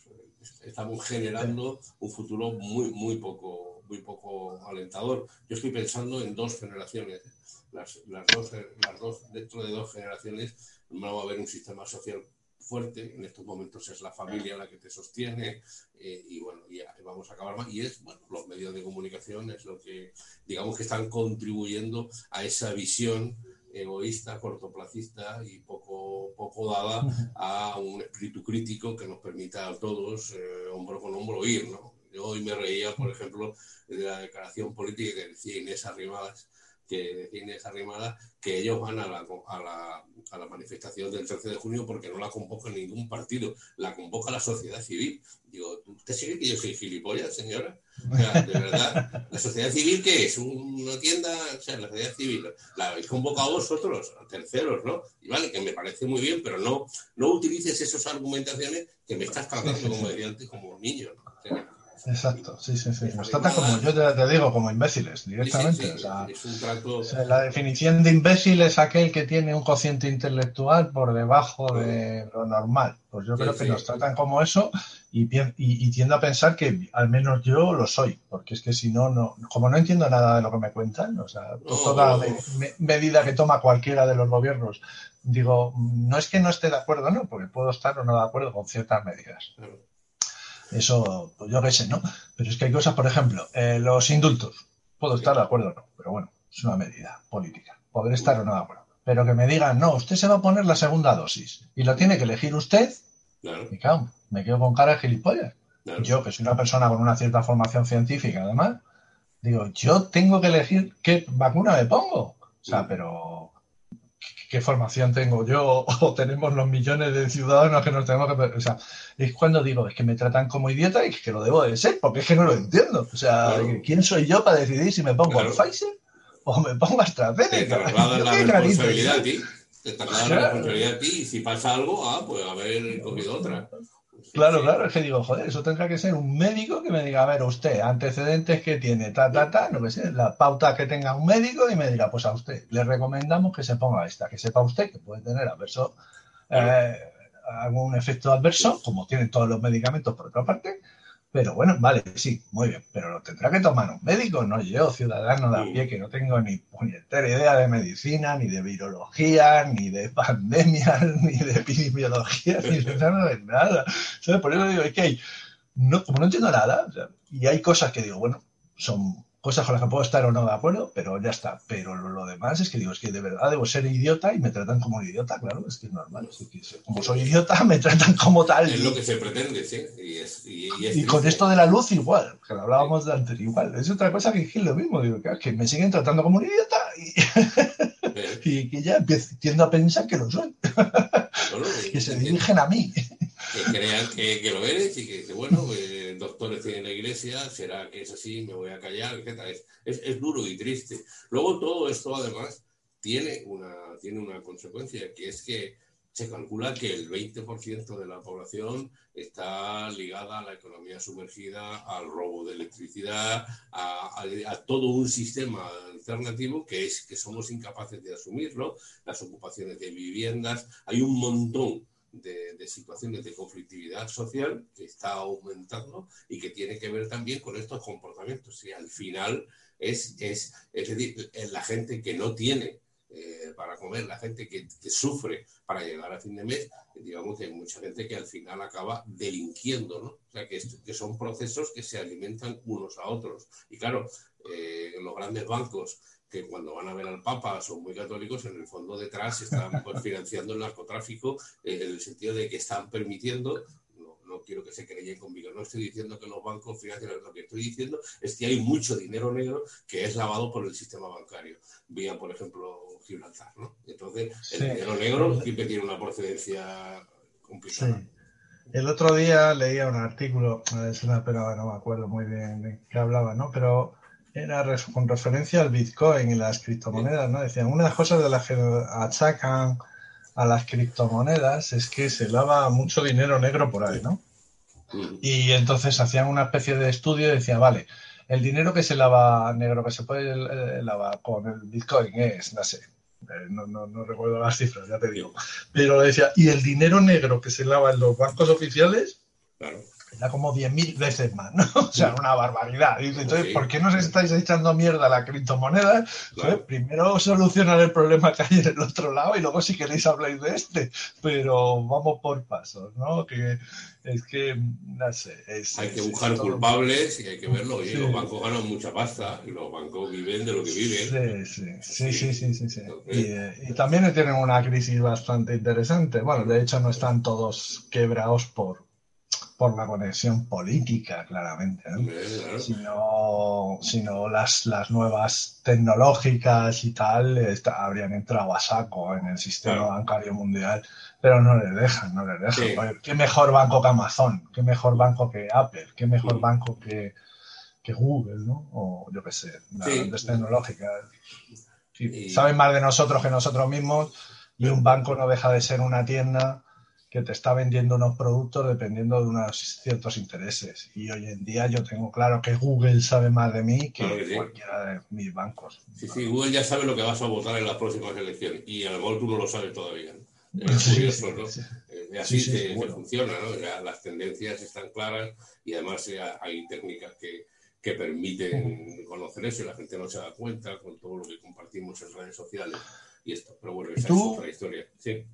estamos generando un futuro muy, muy poco, muy poco alentador. Yo estoy pensando en dos generaciones. Las, las, dos, las dos, dentro de dos generaciones no va a haber un sistema social fuerte, en estos momentos es la familia la que te sostiene eh, y bueno, ya vamos a acabar más y es, bueno, los medios de comunicación es lo que, digamos que están contribuyendo a esa visión egoísta, cortoplacista y poco, poco dada a un espíritu crítico que nos permita a todos, eh, hombro con hombro, ir, ¿no? Yo hoy me reía, por ejemplo, de la declaración política que decía Inés Arrimadas, que decía Inés Arrimadas que ellos van a la, a, la, a la manifestación del trece de junio porque no la convoca ningún partido, la convoca la sociedad civil. Digo, ¿usted sigue que yo soy gilipollas, señora? O sea, de verdad, ¿la sociedad civil qué es? ¿Una tienda? O sea, la sociedad civil, la habéis convocado vosotros, a terceros, ¿no? Y vale, que me parece muy bien, pero no, no utilices esas argumentaciones que me estás tratando, sí, sí, como decía antes, como un niño, ¿no? O sea, exacto, sí, sí, sí. Nos tratan como, yo te, te digo, como imbéciles, directamente. Sí, sí, sí. O sea, es un trato... o sea, la definición de imbécil es aquel que tiene un cociente intelectual por debajo de lo normal. Pues yo sí, creo que sí, nos tratan sí. como eso y, y, y tiendo a pensar que al menos yo lo soy, porque es que si no, no como no entiendo nada de lo que me cuentan, o sea, no, toda me, me, medida que toma cualquiera de los gobiernos, digo, no es que no esté de acuerdo, no, porque puedo estar o no de acuerdo con ciertas medidas. Claro. Eso, pues yo qué sé, ¿no? Pero es que hay cosas, por ejemplo, eh, los indultos. Puedo estar de acuerdo o no, pero bueno, es una medida política. podré estar o no de acuerdo. Pero que me digan, no, usted se va a poner la segunda dosis y lo tiene que elegir usted, Claro. me cago, me quedo con cara de gilipollas. Claro. Yo, que soy una persona con una cierta formación científica, además, digo, yo tengo que elegir qué vacuna me pongo. O sea, Mm. pero ¿qué formación tengo yo? O tenemos los millones de ciudadanos que nos tenemos que... O sea, es cuando digo, es que me tratan como idiota y es que lo debo de ser, porque es que no lo entiendo. O sea, Claro. ¿quién soy yo para decidir si me pongo Claro. el Pfizer o me pongo Te AstraZeneca? trasladan ¿Yo la qué narices responsabilidad soy? a ti. Te trasladan la Claro. responsabilidad a ti y si pasa algo, ah, pues haber cogido otra. Sí, Claro, sí. claro, es que digo, joder, eso tendrá que ser un médico que me diga, a ver, usted, antecedentes que tiene, ta, ta, ta, no que sé, la pauta que tenga un médico y me dirá, pues a usted le recomendamos que se ponga esta, que sepa usted que puede tener adverso, Claro. eh, algún efecto adverso, como tienen todos los medicamentos por otra parte, pero bueno, vale, sí, muy bien, pero lo tendrá que tomar un médico, no yo, ciudadano de a pie, que no tengo ni puñetera idea de medicina, ni de virología, ni de pandemias, ni de epidemiología, ni de nada, de nada. ¿Sabes? Por eso digo, es que hay, no, como no entiendo nada, o sea, y hay cosas que digo, bueno, son cosas con las que puedo estar o no de acuerdo, pero ya está. Pero lo, lo demás es que digo, es que de verdad debo ser idiota y me tratan como un idiota, claro, es que es normal. Es que como soy idiota, me tratan como tal. Es y, lo que se pretende, sí. Y, es, y, y, es y con triste. esto de la luz igual, que lo hablábamos de antes, igual. Es otra cosa que es lo mismo, digo, que, que me siguen tratando como un idiota y, ¿Eh? y que ya empiezo, tiendo a pensar que lo soy. Bueno, Que se que, dirigen a mí. que crean que, que lo eres y que, que bueno, eh, doctores tienen la iglesia, será que es así, me voy a callar, etcétera. Es, es, es duro y triste. Luego todo esto además tiene una, tiene una consecuencia, que es que se calcula que el veinte por ciento de la población está ligada a la economía sumergida, al robo de electricidad, a, a, a todo un sistema alternativo que es que somos incapaces de asumirlo, las ocupaciones de viviendas, hay un montón de, de situaciones de conflictividad social que está aumentando y que tiene que ver también con estos comportamientos. Y al final es, es, es decir, la gente que no tiene Eh, para comer, la gente que, que sufre para llegar a fin de mes, digamos que hay mucha gente que al final acaba delinquiendo, ¿no? O sea, que, que son procesos que se alimentan unos a otros. Y claro, eh, los grandes bancos que cuando van a ver al Papa son muy católicos, en el fondo detrás están pues, financiando el narcotráfico eh, en el sentido de que están permitiendo. No quiero que se creen conmigo, no estoy diciendo que los bancos financieros, lo que estoy diciendo es que hay mucho dinero negro que es lavado por el sistema bancario, vía, por ejemplo, Gibraltar, ¿no? Entonces, el sí. dinero negro siempre tiene una procedencia complicada. Sí. El otro día leía un artículo, es una, pero no me acuerdo muy bien de qué hablaba, ¿no? Pero era con referencia al Bitcoin y las criptomonedas, ¿no? Decían, una de las cosas de las que achacan a las criptomonedas es que se lava mucho dinero negro por ahí, ¿no? Y entonces hacían una especie de estudio y decían, vale, el dinero que se lava negro, que se puede lavar con el Bitcoin es, no sé, no, no, no recuerdo las cifras, ya te digo, pero decía, y el dinero negro que se lava en los bancos oficiales, claro, era como diez mil veces más, ¿no? O sea, una barbaridad. Y dice, entonces, ¿por qué nos estáis echando mierda a la criptomoneda? Claro. Primero solucionar el problema que hay en el otro lado y luego si queréis habláis de este. Pero vamos por pasos, ¿no? Que es que, no sé. Es, hay que es, buscar es todo... culpables y hay que verlo. Oye, sí. los bancos ganan mucha pasta y los bancos viven de lo que viven. Sí, sí, sí, sí, sí, sí, sí. Entonces... Y, eh, y también tienen una crisis bastante interesante. Bueno, de hecho no están todos quebrados por por la conexión política, claramente, ¿no? Claro. Sino, sino las, las nuevas tecnológicas y tal está, habrían entrado a saco en el sistema claro. bancario mundial, pero no les dejan, no les dejan. Sí. Oye, ¿qué mejor banco que Amazon? ¿Qué mejor banco que Apple? ¿Qué mejor sí. banco que, que Google, ¿no? O yo qué sé, las sí. grandes tecnológicas. Sí, y... saben más de nosotros que nosotros mismos y un banco no deja de ser una tienda que te está vendiendo unos productos dependiendo de unos ciertos intereses. Y hoy en día yo tengo claro que Google sabe más de mí que, claro que sí. cualquiera de mis bancos. Sí, sí, Google ya sabe lo que vas a votar en las próximas elecciones y a lo mejor tú no lo sabes todavía. ¿No? Es curioso, ¿no? Sí, sí. Así sí, sí, se, se funciona, ¿no? Ya las tendencias están claras y además ya hay técnicas que, que permiten conocer eso y la gente no se da cuenta con todo lo que compartimos en redes sociales y esto. Pero bueno, esa ¿Tú? es otra historia. Sí.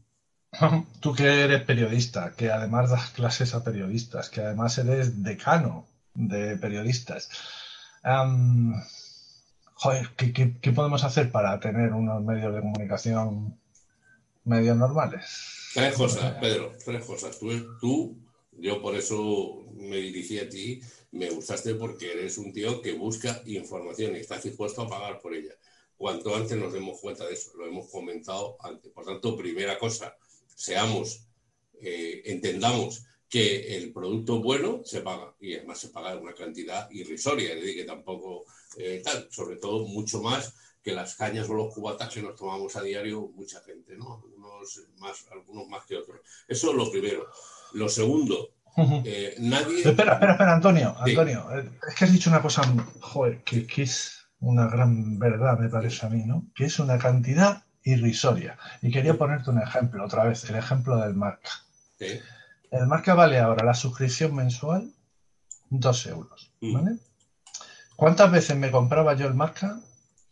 Tú que eres periodista, que además das clases a periodistas, que además eres decano de periodistas. Um, joder, ¿qué, qué, qué podemos hacer para tener unos medios de comunicación medios normales? Tres Pues cosas, mira, Pedro, tres cosas. Tú, tú, yo por eso me dirigí a ti, me gustaste porque eres un tío que busca información y estás dispuesto a pagar por ella. Cuanto antes nos demos cuenta de eso, lo hemos comentado antes. Por tanto, primera cosa, seamos, eh, entendamos que el producto bueno se paga y además se paga en una cantidad irrisoria, es decir, que tampoco eh, tal, sobre todo mucho más que las cañas o los cubatas que nos tomamos a diario mucha gente, ¿no? Algunos más, algunos más que otros. Eso es lo primero. Lo segundo, eh, nadie... espera, espera, espera, Antonio, Sí, Antonio, eh, es que has dicho una cosa, joder, que, sí, que es una gran verdad, me sí, parece a mí, ¿no? Que es una cantidad irrisoria. Y quería sí, ponerte un ejemplo, otra vez, el ejemplo del Marca. sí. El Marca vale ahora la suscripción mensual dos euros, Mm, ¿vale? ¿Cuántas veces me compraba yo el Marca?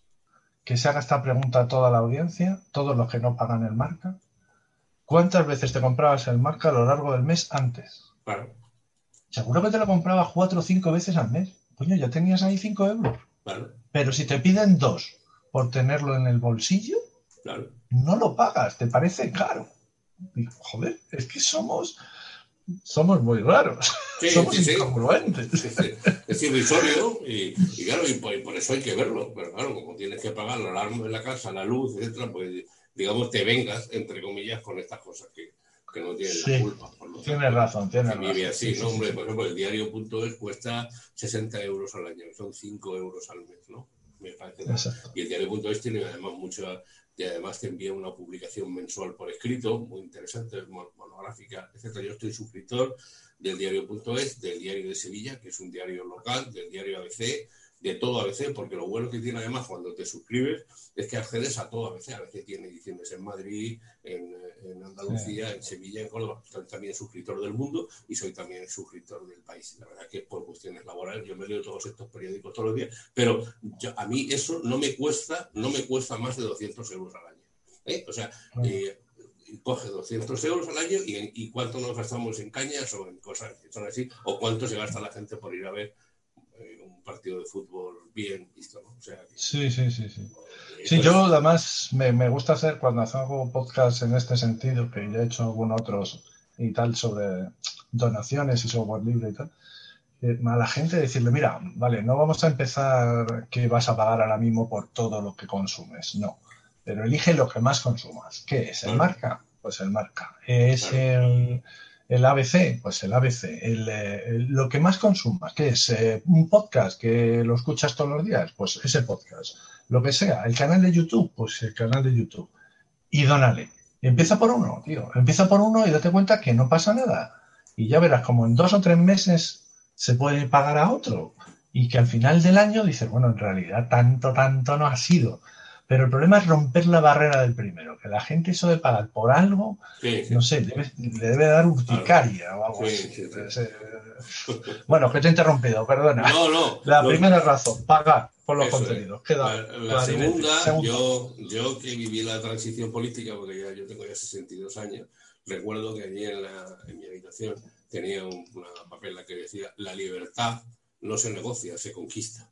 Que se haga esta pregunta a toda la audiencia, todos los que no pagan el Marca. ¿Cuántas veces te comprabas el Marca a lo largo del mes antes? claro, Seguro que te lo comprabas cuatro o cinco veces al mes. Coño, ya tenías ahí cinco euros. claro, Pero si te piden dos por tenerlo en el bolsillo, claro. no lo pagas, te parece caro. Y, joder, es que somos, somos muy raros, Sí, somos sí, sí. incongruentes. Es, es irrisorio y, y claro, y por, y por eso hay que verlo. Pero claro, como tienes que pagar la alarma de la casa, la luz, etcétera, pues digamos te vengas, entre comillas, con estas cosas que, que no tienen la Sí, culpa. Por lo tienes tanto, razón, se tienes vive razón. Sí, así, sí, ¿no? sí, Hombre, sí. por ejemplo, el diario.es cuesta sesenta euros al año, son cinco euros al mes, ¿no? Me parece, ¿no? Exacto. Y el diario.es tiene además mucha, y además te envía una publicación mensual por escrito, muy interesante, monográfica, etcétera. Yo estoy suscriptor del diario.es, del Diario de Sevilla, que es un diario local, del diario A B C, de todo A B C, porque lo bueno que tiene además cuando te suscribes es que accedes a todo A B C. A B C tiene ediciones en Madrid, en, en Sí. Andalucía, en Sevilla, en Córdoba. Soy también suscriptor del Mundo y soy también suscriptor del País. La verdad que por cuestiones laborales yo me leo todos estos periódicos todos los días, pero yo, a mí eso no me cuesta, no me cuesta más de doscientos euros al año. ¿Eh? O sea, Bueno, eh, coge doscientos euros al año y, y cuánto nos gastamos en cañas o en cosas que son así, o cuánto se gasta la gente por ir a ver eh, un partido de fútbol bien visto, ¿no? O sea, sí, sí, sí, sí. eh, Sí, yo entonces, además me, me gusta hacer cuando hago podcast en este sentido, que ya he hecho algunos otros y tal sobre donaciones y software libre y tal, eh, a la gente decirle, mira, vale, no vamos a empezar que vas a pagar ahora mismo por todo lo que consumes, no, pero elige lo que más consumas. ¿Qué es? ¿El claro, marca? Pues el marca. ¿Es claro, el, el A B C? Pues el A B C. El, eh, el- lo que más consumas, ¿qué es? Eh, ¿Un podcast que lo escuchas todos los días? Pues ese podcast. Lo que sea. ¿El canal de YouTube? Pues el canal de YouTube. Y dónale. Empieza por uno, tío. Empieza por uno y date cuenta que no pasa nada. Y ya verás como en dos o tres meses se puede pagar a otro. Y que al final del año dices, bueno, en realidad tanto, tanto no ha sido. Pero el problema es romper la barrera del primero. Que la gente eso de pagar por algo, sí, no sí, sé, debe- le debe dar claro, urticaria o algo sí, así. sí, sí. Debe ser- Bueno, que te he interrumpido, perdona. No, no, La lo, primera razón, pagar por los eso es. contenidos. Queda La, la clarinete. segunda, Segunda. yo, yo que viví la transición política, porque ya yo tengo ya sesenta y dos años, recuerdo que allí en, la, en mi habitación tenía un, una papel que decía, la libertad no se negocia, se conquista.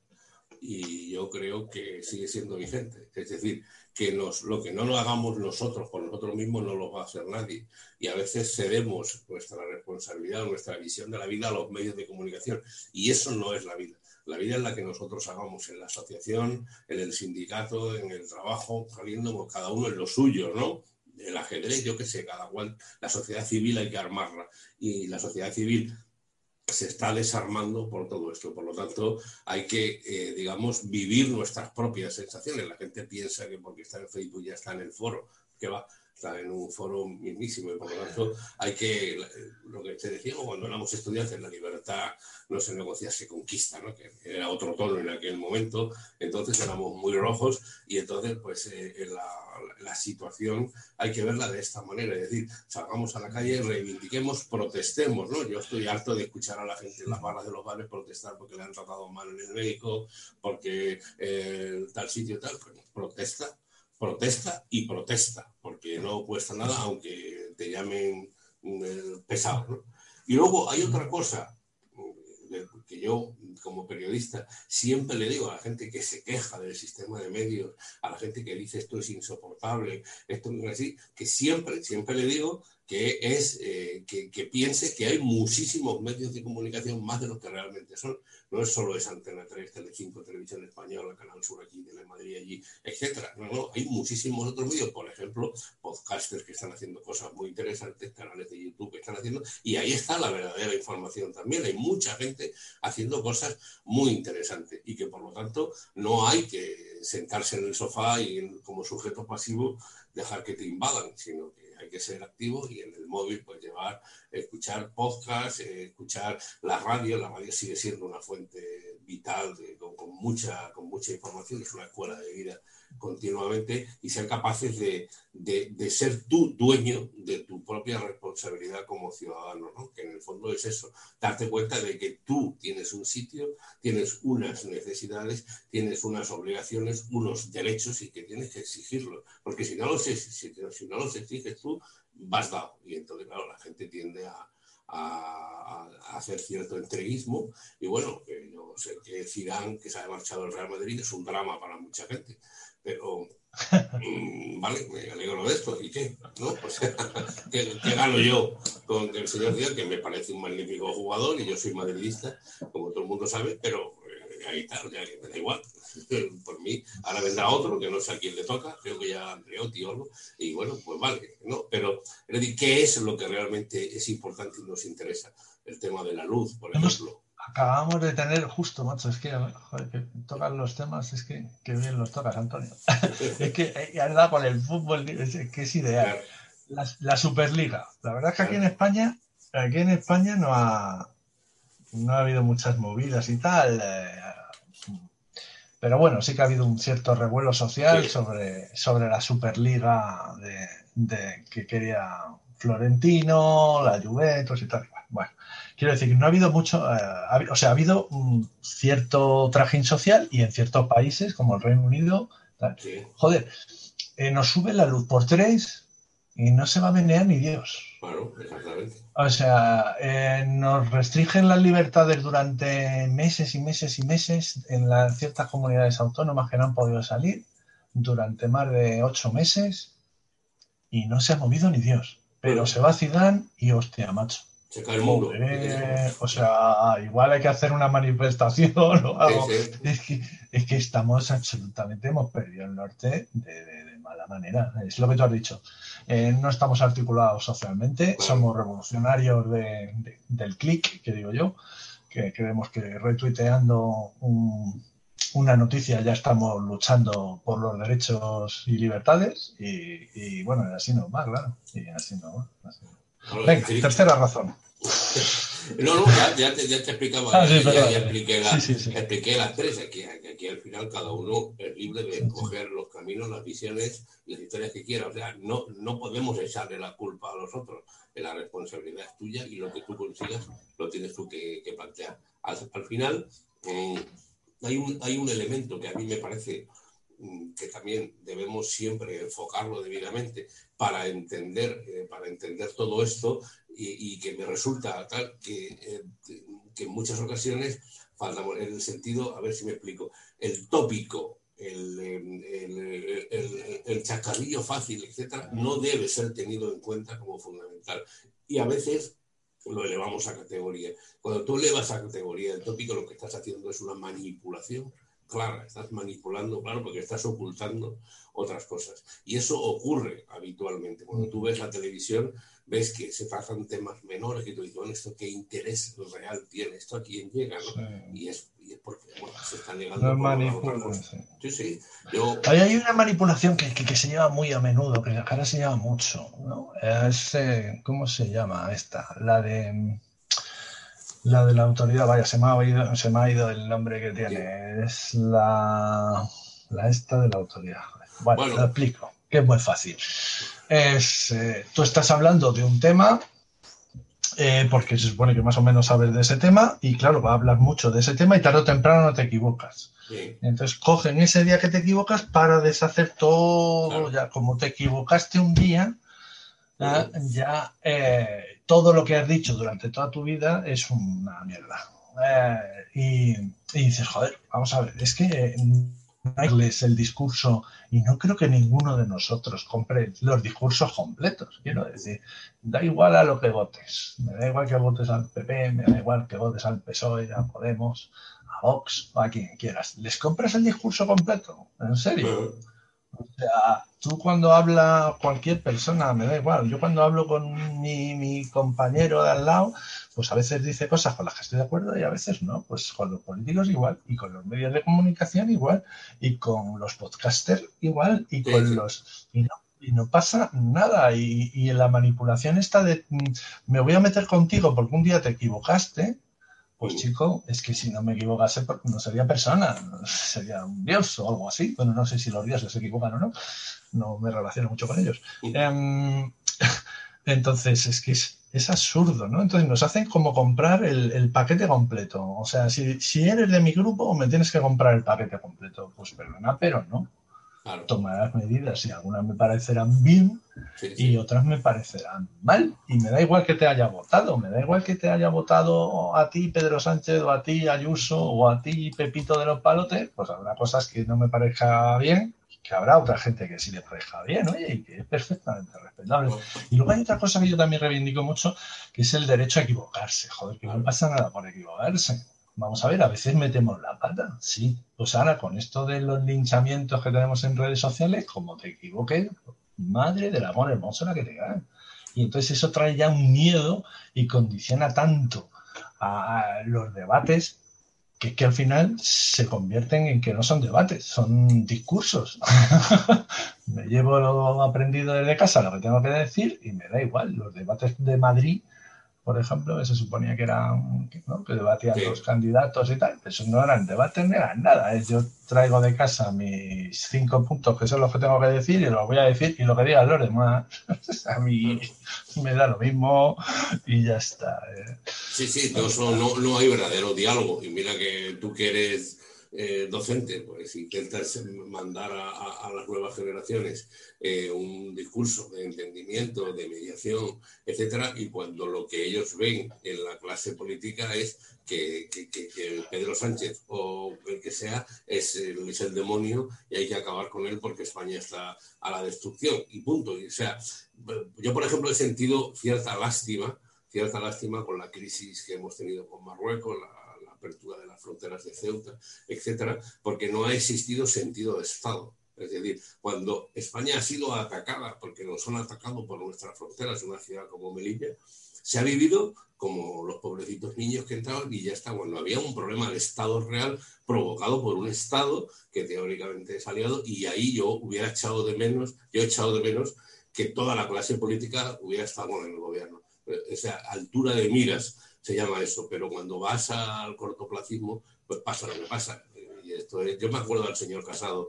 Y yo creo que sigue siendo vigente. Es decir, que nos, lo que no lo hagamos nosotros por nosotros mismos no lo va a hacer nadie. Y a veces cedemos nuestra responsabilidad, nuestra visión de la vida a los medios de comunicación. Y eso no es la vida. La vida es la que nosotros hagamos en la asociación, en el sindicato, en el trabajo, saliendo cada uno en lo suyo, ¿no? El ajedrez, yo qué sé, cada cual. La sociedad civil hay que armarla. Y la sociedad civil se está desarmando por todo esto. Por lo tanto, hay que, eh, digamos, vivir nuestras propias sensaciones. La gente piensa que porque está en Facebook ya está en el foro, que va, está en un foro mismísimo y por lo tanto hay que, lo que te decíamos cuando éramos estudiantes, la libertad no se negocia, se conquista, ¿no? Que era otro tono en aquel momento, entonces éramos muy rojos y entonces pues eh, la, la situación hay que verla de esta manera, es decir, salgamos a la calle, reivindiquemos, protestemos, ¿no? Yo estoy harto de escuchar a la gente en las barras de los bares protestar porque le han tratado mal en el médico, porque eh, tal sitio tal, pues, protesta, protesta y protesta, porque no cuesta nada aunque te llamen eh, pesado, ¿no? Y luego hay otra cosa, porque yo, como periodista, siempre le digo a la gente que se queja del sistema de medios, a la gente que dice esto es insoportable, esto no es así, que siempre, siempre le digo que es eh, que, que piense que hay muchísimos medios de comunicación más de los que realmente son. No es solo esa Antena tres, Telecinco, Televisión Española, Canal Sur aquí, Telemadrid allí, etcétera. No, no, hay muchísimos otros medios, por ejemplo, podcasters que están haciendo cosas muy interesantes, canales de YouTube que están haciendo, y ahí está la verdadera información también. Hay mucha gente haciendo cosas muy interesantes y que por lo tanto no hay que sentarse en el sofá y como sujeto pasivo dejar que te invadan, sino que hay que ser activo y en el móvil pues llevar, escuchar podcasts, eh, escuchar la radio. La radio sigue siendo una fuente vital de, con, con, mucha, con mucha información, es una escuela de vida continuamente, y ser capaces de, de, de ser tú dueño de tu propia responsabilidad como ciudadano, ¿no? Que en el fondo es eso, darte cuenta de que tú tienes un sitio, tienes unas necesidades, tienes unas obligaciones, unos derechos y que tienes que exigirlos, porque si no los, si, si no los exiges tú, vas dado. Y entonces, claro, la gente tiende a A, a hacer cierto entreguismo y bueno, que yo sé que Zidane, que se ha marchado del Real Madrid, es un drama para mucha gente, pero mmm, vale, me alegro de esto, ¿y qué? ¿No? O sea, ¿qué, qué gano yo con el señor Zidane, que me parece un magnífico jugador y yo soy madridista, como todo el mundo sabe, pero eh, ahí está, ya que me da igual. Por mí, ahora vendrá otro que no sé a quién le toca, creo que ya Andreotti o algo, y bueno, pues vale, ¿no? Pero, es decir, ¿qué es lo que realmente es importante y nos interesa? El tema de la luz, por ejemplo. Acabamos de tener, justo, macho, es que, joder, que tocan los temas, es que, que bien los tocas, Antonio. Es que, es verdad, con el fútbol, es que es ideal. Claro. La, la Superliga. La verdad es que aquí en España, aquí en España no ha, no ha habido muchas movidas y tal. Eh, Pero bueno, sí que ha habido un cierto revuelo social sí. sobre, sobre la Superliga de, de que quería Florentino, la Juventus y tal. Bueno, quiero decir que no ha habido mucho, eh, ha, o sea, ha habido un cierto trajín social y en ciertos países, como el Reino Unido, tal. Sí. Joder, eh, nos sube la luz por tres y no se va a menear ni Dios. Claro, exactamente. O sea, eh, nos restringen las libertades durante meses y meses y meses en las ciertas comunidades autónomas que no han podido salir durante más de ocho meses y no se ha movido ni Dios. Pero bueno, se va Zidane y hostia, macho. Se cae el mundo. Joder, o sea, igual hay que hacer una manifestación o algo. Sí, sí. Es que, es que estamos absolutamente, hemos perdido el norte de, de, de mala manera. Es lo que tú has dicho. Eh, no estamos articulados socialmente, claro. Somos revolucionarios de, de, del clic, que digo yo, que creemos que retuiteando un, una noticia ya estamos luchando por los derechos y libertades y, y bueno, así no va, claro. Y así no va. Así no. Venga, sí. Tercera razón. No, no, ya, ya, te, ya te explicaba, ah, sí, ya, ya, ya expliqué, la, sí, sí, sí. expliqué las tres, aquí, aquí al final cada uno es libre de escoger los caminos, las visiones y las historias que quiera. O sea, no, no podemos echarle la culpa a los otros, la responsabilidad es tuya y lo que tú consigas lo tienes tú que, que plantear. Al, al final, eh, hay, un, hay un elemento que a mí me parece que también debemos siempre enfocarlo debidamente para entender, eh, para entender todo esto y, y que me resulta tal que, eh, que en muchas ocasiones faltamos en el sentido, a ver si me explico, el tópico, el, el, el, el, el chascarrillo fácil, etcétera, no debe ser tenido en cuenta como fundamental. Y a veces lo elevamos a categoría. Cuando tú elevas a categoría el tópico, lo que estás haciendo es una manipulación clara, estás manipulando, claro, porque estás ocultando otras cosas. Y eso ocurre habitualmente. Cuando tú ves la televisión, ves que se tratan temas menores y tú dices, bueno, ¿esto qué interés real tiene? ¿Esto a quién llega? ¿No? Sí. Y, es, y es porque, bueno, se están negando no por manipula, otra cosa. Sí, sí. sí. Yo... Ahí hay una manipulación que, que, que se lleva muy a menudo, que ahora se lleva mucho, ¿no? Es, eh, ¿cómo se llama esta? La de... La de la autoridad, vaya, se me ha ido, se me ha ido el nombre que tiene. Es la, la esta de la autoridad. Bueno, bueno. Lo explico, que es muy fácil. Es, eh, tú estás hablando de un tema, eh, porque se supone que más o menos sabes de ese tema, y claro, va a hablar mucho de ese tema y tarde o temprano no te equivocas. Sí. Entonces cogen ese día que te equivocas para deshacer todo, claro. Ya como te equivocaste un día, ya, ya eh, todo lo que has dicho durante toda tu vida es una mierda. Eh, y, y dices, joder, vamos a ver, es que no hay el discurso y no creo que ninguno de nosotros compre los discursos completos. Quiero decir, da igual a lo que votes, me da igual que votes al P P, me da igual que votes al P S O E, a Podemos, a Vox o a quien quieras. ¿Les compras el discurso completo? ¿En serio? O sea, tú cuando habla cualquier persona, me da igual, yo cuando hablo con mi, mi compañero de al lado, pues a veces dice cosas con las que estoy de acuerdo y a veces no, pues con los políticos igual, y con los medios de comunicación igual, y con los podcasters igual, y Sí, con sí. los... Y no, y no pasa nada, y, y la manipulación esta de mm, me voy a meter contigo porque un día te equivocaste, pues Mm. chico, es que si no me equivocase no sería persona, sería un dios o algo así. Bueno, no sé si los dioses se equivocan o no, no me relaciono mucho con ellos. Mm. Eh, entonces, es que es, es, absurdo, ¿no? Entonces nos hacen como comprar el, el paquete completo. O sea, si, si, eres de mi grupo, me tienes que comprar el paquete completo. Pues perdona, pero no. Claro. Tomarás medidas y algunas me parecerán bien Sí, y sí. otras me parecerán mal. Y me da igual que te haya votado, me da igual que te haya votado a ti, Pedro Sánchez, o a ti, Ayuso, o a ti, Pepito de los Palotes, pues habrá cosas que no me parezca bien, que habrá otra gente que sí le parezca bien, oye, y que es perfectamente respetable. No, Y luego hay otra cosa que yo también reivindico mucho, que es el derecho a equivocarse, joder, que no claro. pasa nada por equivocarse. Vamos a ver, a veces metemos la pata, sí. Pues ahora, con esto de los linchamientos que tenemos en redes sociales, como te equivoques, madre del amor hermoso la que te ganan. Y entonces eso trae ya un miedo y condiciona tanto a los debates que es que al final se convierten en que no son debates, son discursos. Me llevo lo aprendido desde casa, lo que tengo que decir, y me da igual. Los debates de Madrid, por ejemplo, que se suponía que eran, ¿no?, que debatían los Sí. candidatos y tal, eso no eran debates ni eran nada. ¿eh? Yo traigo de casa mis cinco puntos que son los que tengo que decir y los voy a decir y lo que digan los demás a mí Claro. me da lo mismo y ya está. ¿eh? Sí, sí, no, son- no, no hay verdadero diálogo. Y mira que tú que eres eh, docente, pues intentas mandar a, a- a las nuevas generaciones eh, un discurso de entendimiento, de mediación, etcétera, y cuando lo que ellos ven en la clase política es que, que- que- que Pedro Sánchez o el que sea es el, es el demonio y hay que acabar con él porque España está a la destrucción y punto. Y, o sea, yo, por ejemplo, he sentido cierta lástima cierta lástima con la crisis que hemos tenido con Marruecos, la, la apertura de las fronteras de Ceuta, etcétera, porque no ha existido sentido de Estado. Es decir, cuando España ha sido atacada, porque nos han atacado por nuestras fronteras, una ciudad como Melilla, se ha vivido como los pobrecitos niños que entraban y ya está, cuando había un problema de Estado real provocado por un Estado que teóricamente es aliado, y ahí yo hubiera echado de menos, yo he echado de menos que toda la clase política hubiera estado en el gobierno. Esa altura de miras se llama eso, pero cuando vas al cortoplacismo, pues pasa lo que pasa. Y esto es, yo me acuerdo al señor Casado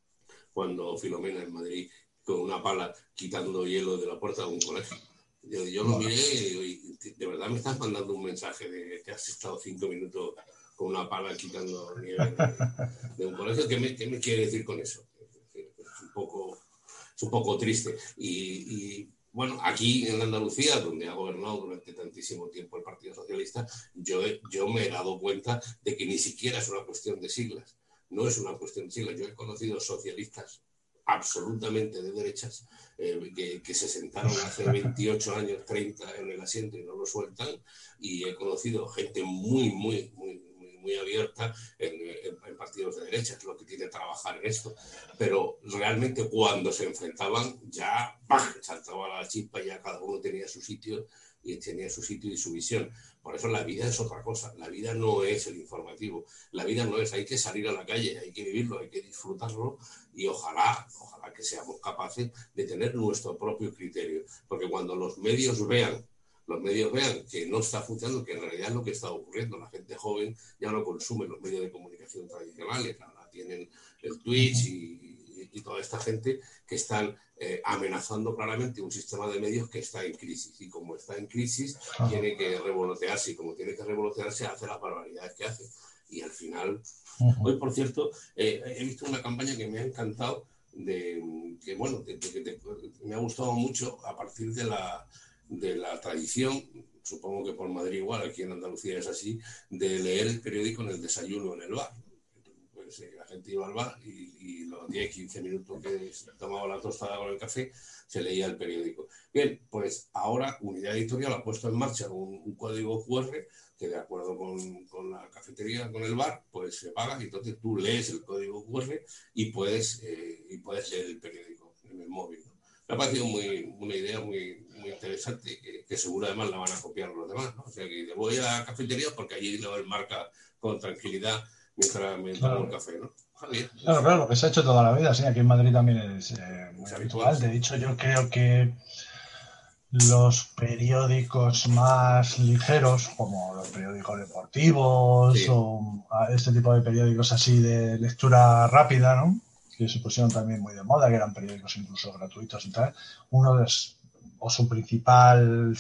cuando Filomena en Madrid con una pala quitando hielo de la puerta de un colegio. Yo, yo lo Bueno, miré y, y de verdad me estás mandando un mensaje de que has estado cinco minutos con una pala quitando nieve de, de un colegio. ¿Qué me, ¿Qué me quiere decir con eso? Es un poco, es un poco triste. Y, y bueno, aquí en Andalucía, donde ha gobernado durante tantísimo tiempo el Partido Socialista, yo, yo me he dado cuenta de que ni siquiera es una cuestión de siglas. No es una cuestión de siglas. Yo he conocido socialistas absolutamente de derechas eh, que, que se sentaron hace veintiocho años, treinta en el asiento y no lo sueltan, y he conocido gente muy, muy, muy, muy, muy abierta en, en, en partidos de derecha, es lo que tiene que trabajar en esto, pero realmente cuando se enfrentaban ya ¡pam!, saltaba la chispa y ya cada uno tenía su sitio y tenía su sitio y su visión. Por eso la vida es otra cosa, la vida no es el informativo, la vida no es, hay que salir a la calle, hay que vivirlo, hay que disfrutarlo y ojalá, ojalá que seamos capaces de tener nuestro propio criterio, porque cuando los medios vean, los medios vean que no está funcionando, que en realidad es lo que está ocurriendo, la gente joven ya no consume los medios de comunicación tradicionales, ahora tienen el Twitch y, y, y toda esta gente que están eh, amenazando claramente un sistema de medios que está en crisis, y como está en crisis tiene que revolotearse, y como tiene que revolotearse hace las barbaridades que hace, y al final hoy, por cierto, eh, he visto una campaña que me ha encantado, de que, bueno, de, de, de, me ha gustado mucho a partir de la, de la tradición supongo que por Madrid igual, aquí en Andalucía es así, de leer el periódico en el desayuno en el bar. Pues eh, la gente iba al bar y, y los diez, quince minutos que tomaba la tostada con el café, se leía el periódico. Bien, pues ahora Unidad Editorial ha puesto en marcha un, un código cu erre que de acuerdo con, con la cafetería, con el bar, pues se paga y entonces tú lees el código cu erre y puedes, eh, y puedes leer el periódico en el móvil. Me ha parecido muy, una idea muy, muy interesante, que, que seguro además la van a copiar los demás, ¿no? O sea, que voy a la cafetería porque allí lo enmarca con tranquilidad mientras me Claro. tomo el café, ¿no? Ah, bien, pues, Claro, claro, lo que se ha hecho toda la vida, sí, aquí en Madrid también es eh, muy es habitual. habitual. De hecho, yo creo que los periódicos más ligeros, como los periódicos deportivos Sí. o este tipo de periódicos así de lectura rápida, ¿no? Que se pusieron también muy de moda, que eran periódicos incluso gratuitos y tal. Uno de los, o su principal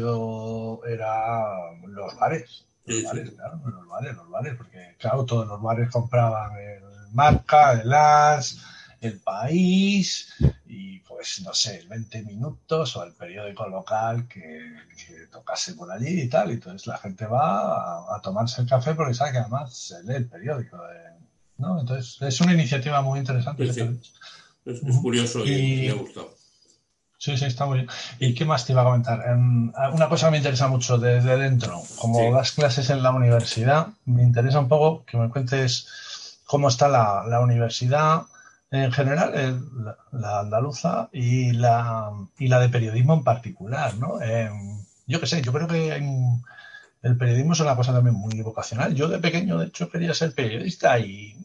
sitio era los bares. Los Sí, bares, sí. claro, los bares, los bares, porque claro, todos los bares compraban el Marca, el As, el País y pues no sé, veinte minutos o el periódico local que, que tocase por allí y tal. Y entonces la gente va a, a tomarse el café porque sabe que además se lee el periódico. Eh, ¿no? Entonces es una iniciativa muy interesante Sí, que sí. tenéis. Es, es Uh-huh. curioso y, y me ha Y gustado. sí, sí, está muy bien. ¿Y qué más te iba a comentar? Um, una cosa que me interesa mucho desde dentro, como Sí. das clases en la universidad, me interesa un poco que me cuentes cómo está la, la universidad en general, el, la, la andaluza y la, y la de periodismo en particular, ¿no? Eh, yo qué sé, yo creo que en, el periodismo es una cosa también muy vocacional. Yo de pequeño, de hecho, quería ser periodista y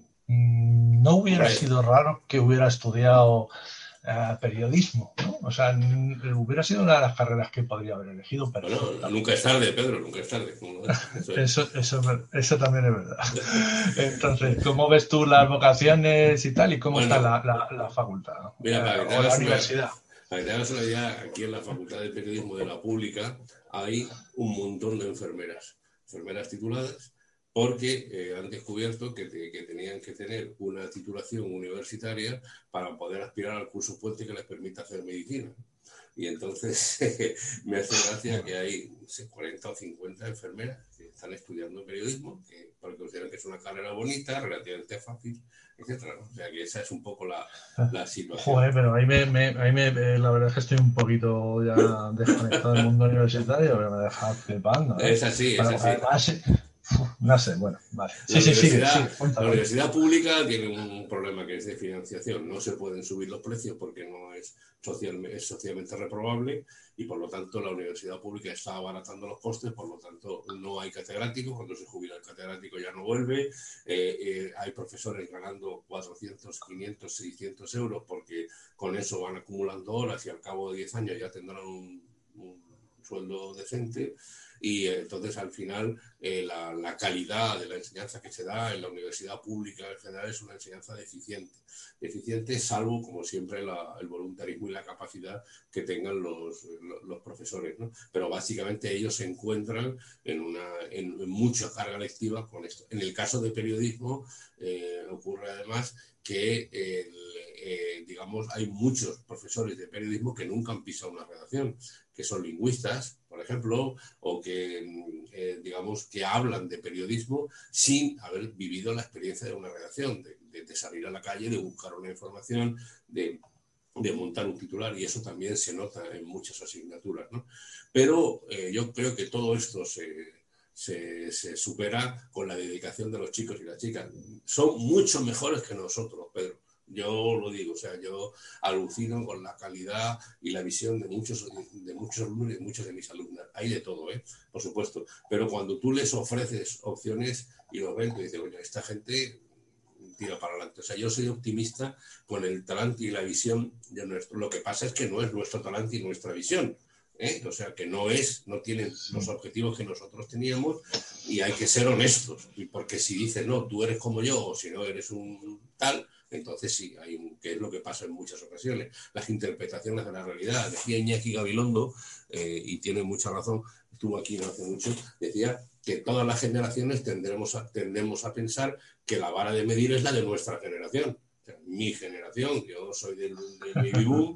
mm, no hubiera Hombre, sido raro que hubiera estudiado uh, periodismo, ¿no? O sea, n- hubiera sido una de las carreras que podría haber elegido bueno, perfectamente. nunca es tarde, Pedro, nunca es tarde. Como lo ves. Eso es. Eso, eso, eso también es verdad. Entonces, ¿cómo ves tú las vocaciones y tal? ¿Y cómo está Bueno, la, la, la facultad mira, eh, para que te o la hagas una, universidad? para que te hagas una idea, aquí en la Facultad de Periodismo de la Pública hay un montón de enfermeras, enfermeras tituladas, porque eh, han descubierto que, te, que tenían que tener una titulación universitaria para poder aspirar al curso puente que les permita hacer medicina. Y entonces me hace gracia que hay no sé, cuarenta o cincuenta enfermeras que están estudiando periodismo, que, porque consideran que es una carrera bonita, relativamente fácil, etcétera, ¿no? O sea que esa es un poco la, la situación. Joder, pero ahí me, me, ahí me, eh, la verdad es que estoy un poquito ya desconectado del mundo universitario, pero me deja flipando, ¿eh? Es así, es Bueno, así. además, eh, uf, no sé, bueno, vale. La Sí, sí, sigue, universidad, sigue, la cuéntame. universidad pública tiene un problema que es de financiación. No se pueden subir los precios porque no es, social, es socialmente reprobable y por lo tanto la universidad pública está abaratando los costes, por lo tanto no hay catedráticos. Cuando se jubila el catedrático ya no vuelve. Eh, eh, hay profesores ganando cuatrocientos, quinientos, seiscientos euros porque con eso van acumulando horas y al cabo de diez años ya tendrán un, un sueldo decente. Y eh, entonces al final eh, la, la calidad de la enseñanza que se da en la universidad pública en general es una enseñanza deficiente, deficiente salvo como siempre la, el voluntarismo y la capacidad que tengan los, los, los profesores, ¿no? Pero básicamente ellos se encuentran en, una, en, en mucha carga lectiva con esto. En el caso de periodismo eh, ocurre además que el, eh, digamos hay muchos profesores de periodismo que nunca han pisado una redacción, que son lingüistas, por ejemplo, o que, eh, digamos, que hablan de periodismo sin haber vivido la experiencia de una redacción, de, de, de salir a la calle, de buscar una información, de, de montar un titular, y eso también se nota en muchas asignaturas, ¿no? Pero eh, yo creo que todo esto se, se, se supera con la dedicación de los chicos y las chicas. Son mucho mejores que nosotros, Pedro. Yo lo digo, o sea, yo alucino con la calidad y la visión de muchos, de muchos alumnos y de muchos de mis alumnas. Hay de todo, ¿eh? Por supuesto. Pero cuando tú les ofreces opciones y los ven, te dicen, oye, esta gente tira para adelante. O sea, yo soy optimista con el talante y la visión de nuestro. Lo que pasa es que no es nuestro talante y nuestra visión. ¿Eh? O sea, que no es, no tienen los objetivos que nosotros teníamos y hay que ser honestos. Porque si dices, no, tú eres como yo o si no eres un tal, entonces sí, hay un, que es lo que pasa en muchas ocasiones. Las interpretaciones de la realidad. Decía Iñaki Gabilondo, eh, y tiene mucha razón, estuvo aquí no hace mucho, decía que todas las generaciones tendremos a, tendremos a pensar que la vara de medir es la de nuestra generación. O sea, mi generación, yo soy del, del baby boom,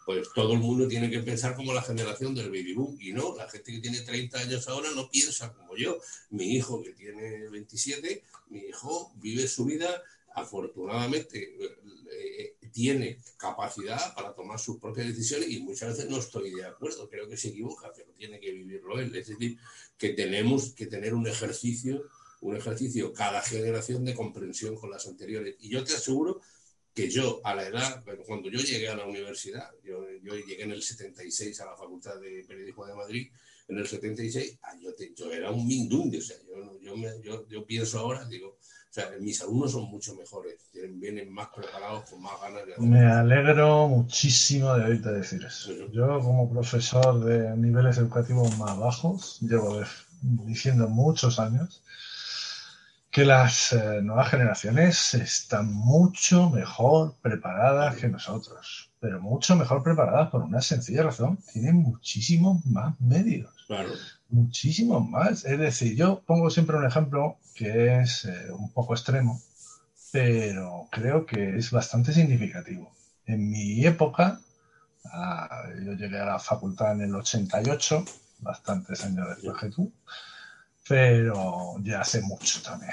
pues todo el mundo tiene que pensar como la generación del baby boom, y no, la gente que tiene treinta años ahora no piensa como yo. Mi hijo que tiene veintisiete, mi hijo vive su vida, afortunadamente eh, tiene capacidad para tomar sus propias decisiones, y muchas veces no estoy de acuerdo, creo que se equivoca, pero tiene que vivirlo él. Es decir, que tenemos que tener un ejercicio, un ejercicio cada generación de comprensión con las anteriores. Y yo te aseguro que yo, a la edad, cuando yo llegué a la universidad, yo, yo llegué en el setenta y seis a la Facultad de Periodismo de Madrid, en el setenta y seis, ah, yo, te, yo era un mindundi, o sea, yo, yo, me, yo, yo pienso ahora, digo, o sea, mis alumnos son mucho mejores, tienen, vienen más preparados, con más ganas de hacer. Me alegro muchísimo de oírte decir eso. Yo, como profesor de niveles educativos más bajos, llevo de, diciendo muchos años que las eh, nuevas generaciones están mucho mejor preparadas que nosotros, pero mucho mejor preparadas por una sencilla razón: tienen muchísimos más medios, claro. muchísimos más. Es decir, yo pongo siempre un ejemplo que es eh, un poco extremo, pero creo que es bastante significativo. En mi época, ah, yo llegué a la facultad en el ochenta y ocho, bastantes años después que tú, pero ya hace mucho también.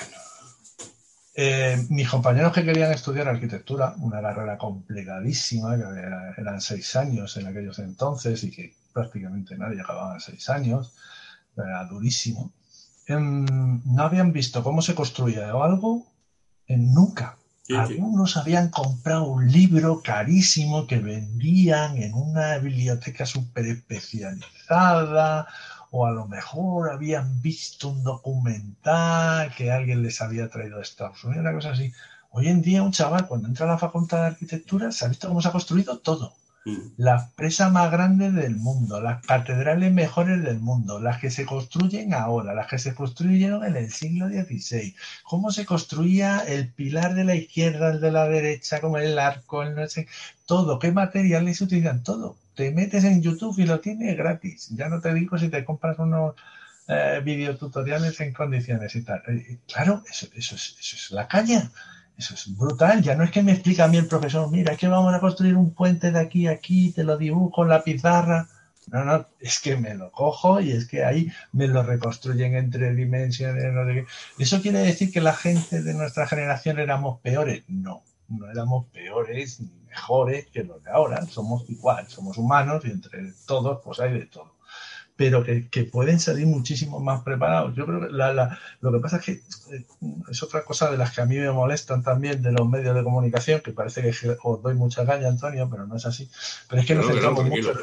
Eh, mis compañeros que querían estudiar arquitectura, una carrera complicadísima, que eran seis años en aquellos entonces y que prácticamente nadie acababa en seis años, era durísimo, eh, no habían visto cómo se construía algo en nunca. Sí, Algunos sí. habían comprado un libro carísimo que vendían en una biblioteca súper especializada, o a lo mejor habían visto un documental que alguien les había traído de Estados Unidos, una cosa así. Hoy en día un chaval, cuando entra a la Facultad de Arquitectura, se ha visto cómo se ha construido todo. Mm. Las presas más grandes del mundo, las catedrales mejores del mundo, las que se construyen ahora, las que se construyeron en el siglo dieciséis, cómo se construía el pilar de la izquierda, el de la derecha, como el arco, el no sé, todo, qué materiales se utilizan, todo. Te metes en YouTube y lo tienes gratis. Ya no te digo si te compras unos eh, videotutoriales en condiciones y tal. Eh, claro, eso, eso, es, eso es la caña. Eso es brutal. Ya no es que me explica a mí el profesor, mira, es que vamos a construir un puente de aquí a aquí, te lo dibujo en la pizarra. No, no, es que me lo cojo y es que ahí me lo reconstruyen en tres dimensiones. No sé qué. ¿Eso quiere decir que la gente de nuestra generación éramos peores? No, no éramos peores ni mejores que los de ahora. Somos igual, somos humanos y entre todos pues hay de todo. Pero que, que pueden salir muchísimo más preparados. Yo creo que la, la, lo que pasa es que eh, es otra cosa de las que a mí me molestan también de los medios de comunicación, que parece que os doy mucha caña, Antonio, pero no es así. Pero es que nos centramos no, mucho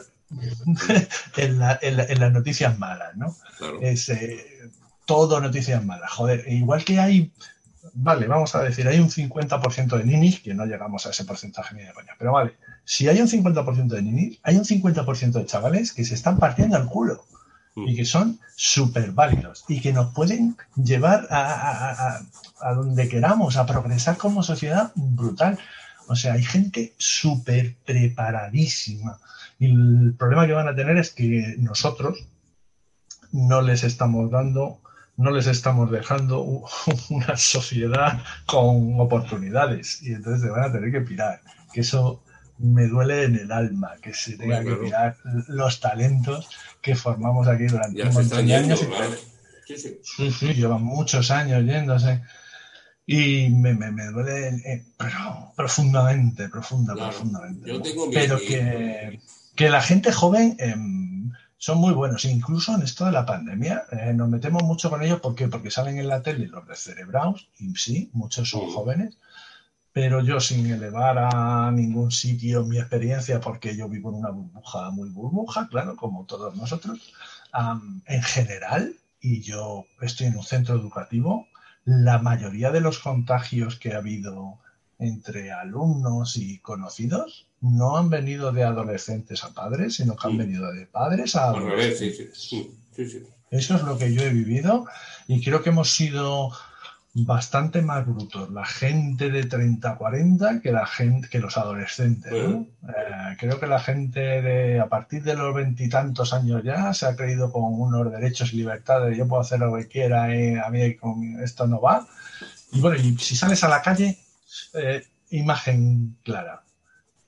en, la, en, la, en las noticias malas, ¿no? Claro. Es eh, todo noticias malas. Joder, igual que hay, vale, vamos a decir, hay un cincuenta por ciento de ninis, que no llegamos a ese porcentaje ni de coña, pero vale. Si hay un cincuenta por ciento de ninis, hay un cincuenta por ciento de chavales que se están partiendo el culo mm. y que son súper válidos y que nos pueden llevar a, a, a, a donde queramos, a progresar como sociedad brutal. O sea, hay gente súper preparadísima y el problema que van a tener es que nosotros no les estamos dando, no les estamos dejando una sociedad con oportunidades y entonces se van a tener que pirar. Que eso me duele en el alma, que se tenga bueno, que tirar claro. los talentos que formamos aquí durante ya un montón de años. Yendo, claro. Sí, sí. sí, sí, llevan muchos años yéndose. Y me, me, me duele eh, pero profundamente, profunda, claro. profundamente. Yo tengo mi, pero mi... que, que la gente joven eh, son muy buenos. Incluso en esto de la pandemia eh, nos metemos mucho con ellos. ¿Por qué? Porque salen en la tele los descerebrados, y sí, muchos son mm. jóvenes. Pero yo, sin elevar a ningún sitio mi experiencia, porque yo vivo en una burbuja muy burbuja, claro, como todos nosotros, um, en general, y yo estoy en un centro educativo, la mayoría de los contagios que ha habido entre alumnos y conocidos no han venido de adolescentes a padres, sino que han venido de padres a adolescentes. Sí, sí, sí. Eso es lo que yo he vivido y creo que hemos sido bastante más brutos la gente de treinta a cuarenta que la gente que los adolescentes, ¿no? Eh, creo que la gente de a partir de los veintitantos años ya se ha creído con unos derechos y libertades, yo puedo hacer lo que quiera, eh, a mí con esto no va. Y bueno, y si sales a la calle, eh, imagen clara.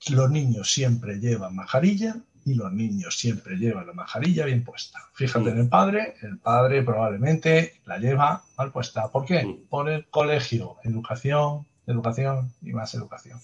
los niños siempre llevan mascarilla y los niños siempre llevan la mascarilla bien puesta. Fíjate en el padre, el padre probablemente la lleva mal puesta. ¿Por qué? Por el colegio, educación, educación y más educación.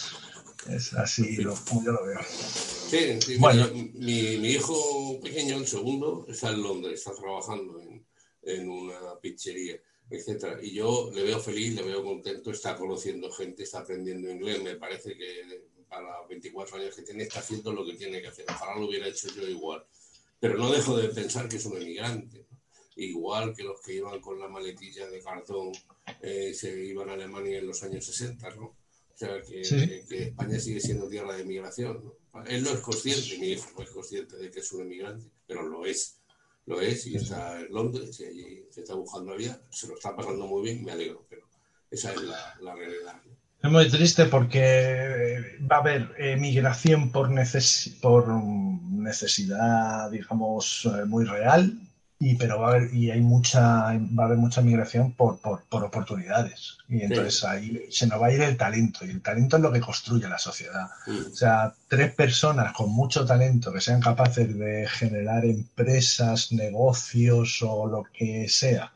Es así lo, como yo lo veo. Sí, sí, bueno. mira, mi, mi hijo pequeño, el segundo, está en Londres, está trabajando en, en una pizzería, etcétera. Y yo le veo feliz, le veo contento, está conociendo gente, está aprendiendo inglés. Me parece que para veinticuatro años que tiene está haciendo lo que tiene que hacer. Ojalá lo hubiera hecho yo igual. Pero no dejo de pensar que es un emigrante, ¿no? Igual que los que iban con la maletilla de cartón eh, se iban a Alemania en los años sesenta, ¿no? O sea, que, sí. que, que España sigue siendo tierra de migración, ¿no? Él no es consciente, mi hijo no es consciente de que es un emigrante, pero lo es. Lo es y está en Londres y allí se está buscando la vida. Se lo está pasando muy bien, me alegro, pero esa es la, la realidad, ¿no? Es muy triste porque va a haber emigración por, neces por necesidad, digamos, muy real, y pero va a haber y hay mucha va a haber mucha migración por, por, por oportunidades. Y entonces sí. Ahí se nos va a ir el talento, y el talento es lo que construye la sociedad. Sí. O sea, tres personas con mucho talento que sean capaces de generar empresas, negocios o lo que sea,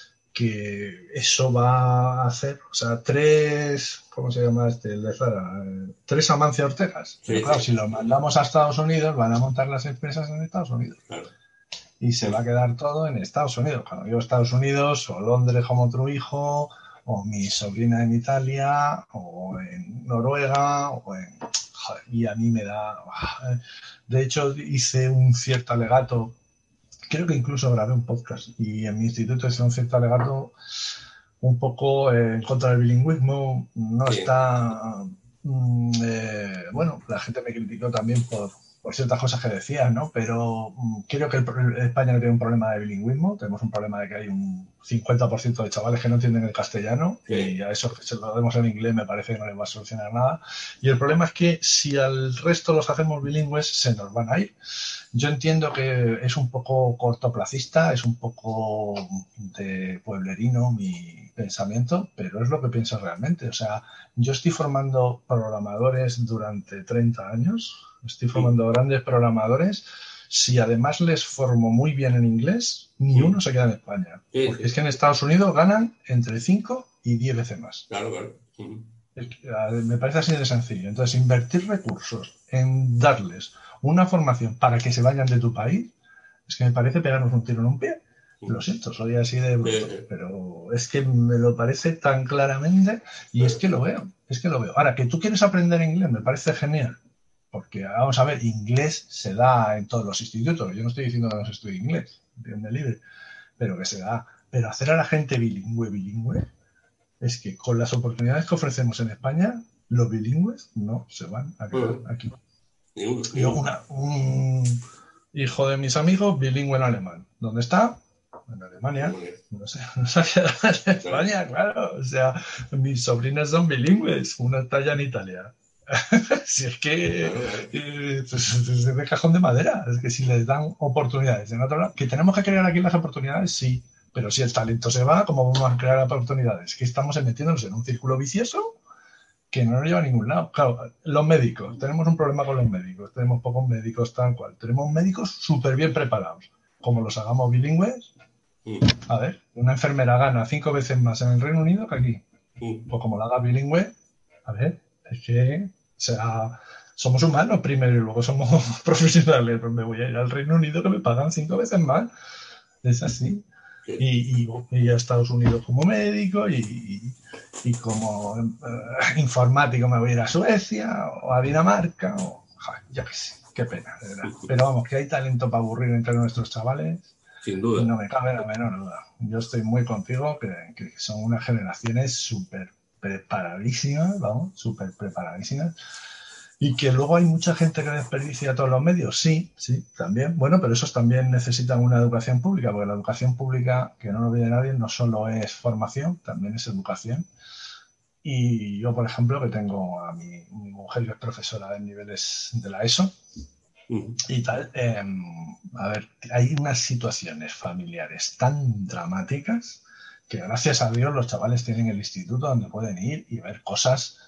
que eso va a hacer, o sea, tres, ¿cómo se llama este? El de Zara, tres Amancio Ortegas. Pero sí, claro, sí. Si los mandamos a Estados Unidos, van a montar las empresas en Estados Unidos. Claro. Y se sí. va a quedar todo en Estados Unidos. Cuando digo Estados Unidos, o Londres como tu hijo, o mi sobrina en Italia, o en Noruega, o en... Joder, y a mí me da... De hecho, hice un cierto alegato. Creo que incluso grabé un podcast y en mi instituto es un cierto alegato un poco eh, en contra del bilingüismo. No sí. está... Mm, eh, bueno, la gente me criticó también por, por ciertas cosas que decía, ¿no? Pero mm, creo que el, España no tiene un problema de bilingüismo. Tenemos un problema de que hay un cincuenta por ciento de chavales que no entienden el castellano sí. y a eso que se lo demos en inglés me parece que no les va a solucionar nada. Y el problema es que si al resto los hacemos bilingües, se nos van a ir. Yo entiendo que es un poco cortoplacista, es un poco de pueblerino mi pensamiento, pero es lo que pienso realmente. O sea, yo estoy formando programadores durante treinta años, estoy formando sí. grandes programadores. Si además les formo muy bien en inglés, ni sí. uno se queda en España. Sí, porque sí. es que en Estados Unidos ganan entre cinco y diez veces más. Claro, claro. Uh-huh. Me parece así de sencillo. Entonces, invertir recursos en darles una formación para que se vayan de tu país, es que me parece pegarnos un tiro en un pie. Lo siento, soy así de bruto, pero es que me lo parece tan claramente y es que lo veo, es que lo veo. Ahora, que tú quieres aprender inglés, me parece genial, porque vamos a ver, inglés se da en todos los institutos. Yo no estoy diciendo que no se estudie inglés, entiende libre, pero que se da. Pero hacer a la gente bilingüe, bilingüe, es que con las oportunidades que ofrecemos en España, los bilingües no se van a quedar aquí. Yo, una, un hijo de mis amigos, bilingüe en alemán. ¿Dónde está? En Alemania. No sé, no se ha quedado en España, claro. O sea, mis sobrinas son bilingües. Una está ya en Italia. Si es que eh, pues, es de cajón de madera. Es que si les dan oportunidades en otro lado, que tenemos que crear aquí las oportunidades, sí. Pero si el talento se va, ¿cómo vamos a crear oportunidades? Que estamos metiéndonos en un círculo vicioso que no nos lleva a ningún lado. Claro, los médicos, tenemos un problema con los médicos, tenemos pocos médicos tal cual, tenemos médicos súper bien preparados. Como los hagamos bilingües, a ver, una enfermera gana cinco veces más en el Reino Unido que aquí. Pues como la haga bilingüe, a ver, es que, o sea, somos humanos primero y luego somos profesionales. Pues me voy a ir al Reino Unido que me pagan cinco veces más. Es así. Y, y, y a Estados Unidos como médico y, y, y como uh, informático me voy a ir a Suecia o a Dinamarca o joder, yo qué sé, qué pena, de verdad. Pero vamos, que hay talento para aburrir entre nuestros chavales, sin duda. Y no me cabe la menor duda. Yo estoy muy contigo, que, que son unas generaciones súper preparadísimas, vamos, súper preparadísimas. Y que luego hay mucha gente que desperdicia todos los medios, sí, sí, también. Bueno, pero esos también necesitan una educación pública, porque la educación pública, que no lo olvide nadie, no solo es formación, también es educación. Y yo, por ejemplo, que tengo a mi, mi mujer, que es profesora de niveles de la ESO, uh-huh. y tal, eh, a ver, hay unas situaciones familiares tan dramáticas que gracias a Dios los chavales tienen el instituto donde pueden ir y ver cosas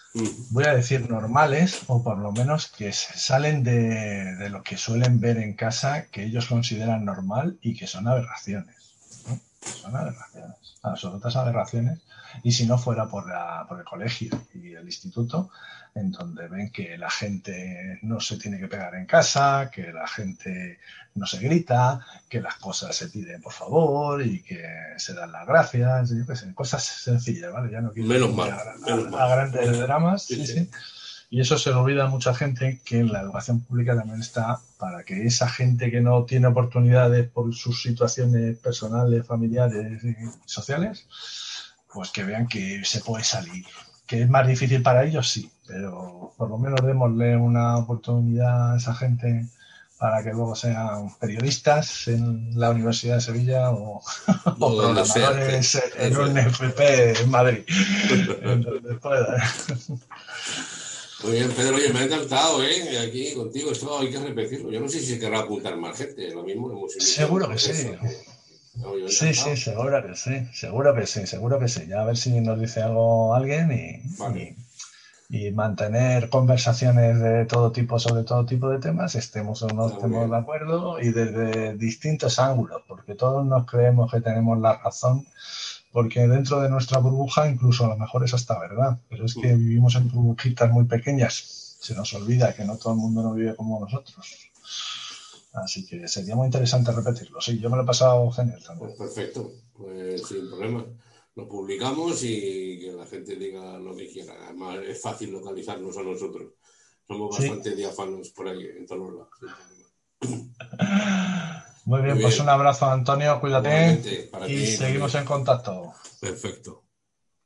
voy a decir normales, o por lo menos que salen de, de lo que suelen ver en casa, que ellos consideran normal y que son aberraciones, ¿no? Son aberraciones, absolutas aberraciones, y si no fuera por, la, por el colegio y el instituto, en donde ven que la gente no se tiene que pegar en casa, que la gente no se grita, que las cosas se piden por favor y que se dan las gracias, yo qué sé, cosas sencillas, ¿vale? Ya no quiero Menos irme mal, a, menos a, mal. a grandes dramas, Sí, sí, sí. sí. Y eso se le olvida a mucha gente, que en la educación pública también está para que esa gente que no tiene oportunidades por sus situaciones personales, familiares y sociales, pues que vean que se puede salir. Que es más difícil para ellos, sí, pero por lo menos démosle una oportunidad a esa gente para que luego sean periodistas en la Universidad de Sevilla o, O o donde sea, sí. programadores en Eso un es. F P en Madrid, en donde pueda. Muy bien, Pedro, oye, me ha encantado, ¿eh? Aquí contigo, esto hay que repetirlo. Yo no sé si se querrá apuntar más gente, lo mismo hemos invitado Seguro que por sí. eso, que no, yo Sí, sí, encantado. seguro que sí, seguro que sí, seguro que sí. Ya a ver si nos dice algo alguien y, Vale, y, y mantener conversaciones de todo tipo sobre todo tipo de temas, estemos o no está muy estemos de bien. acuerdo y desde distintos ángulos, porque todos nos creemos que tenemos la razón, porque dentro de nuestra burbuja incluso a lo mejor es hasta verdad, pero es que vivimos en burbujitas muy pequeñas. Se nos olvida que no todo el mundo no vive como nosotros. Así que sería muy interesante repetirlo. Sí, yo me lo he pasado genial también. Pues perfecto, pues sin problema. Lo publicamos y que la gente diga lo que quiera. Además, es fácil localizarnos a nosotros. Somos Sí. bastante diáfanos por ahí, en todos los lados, sin problema. Muy Muy bien, pues un bien, abrazo, Antonio, cuídate igualmente, para y ti seguimos también. en contacto. Perfecto.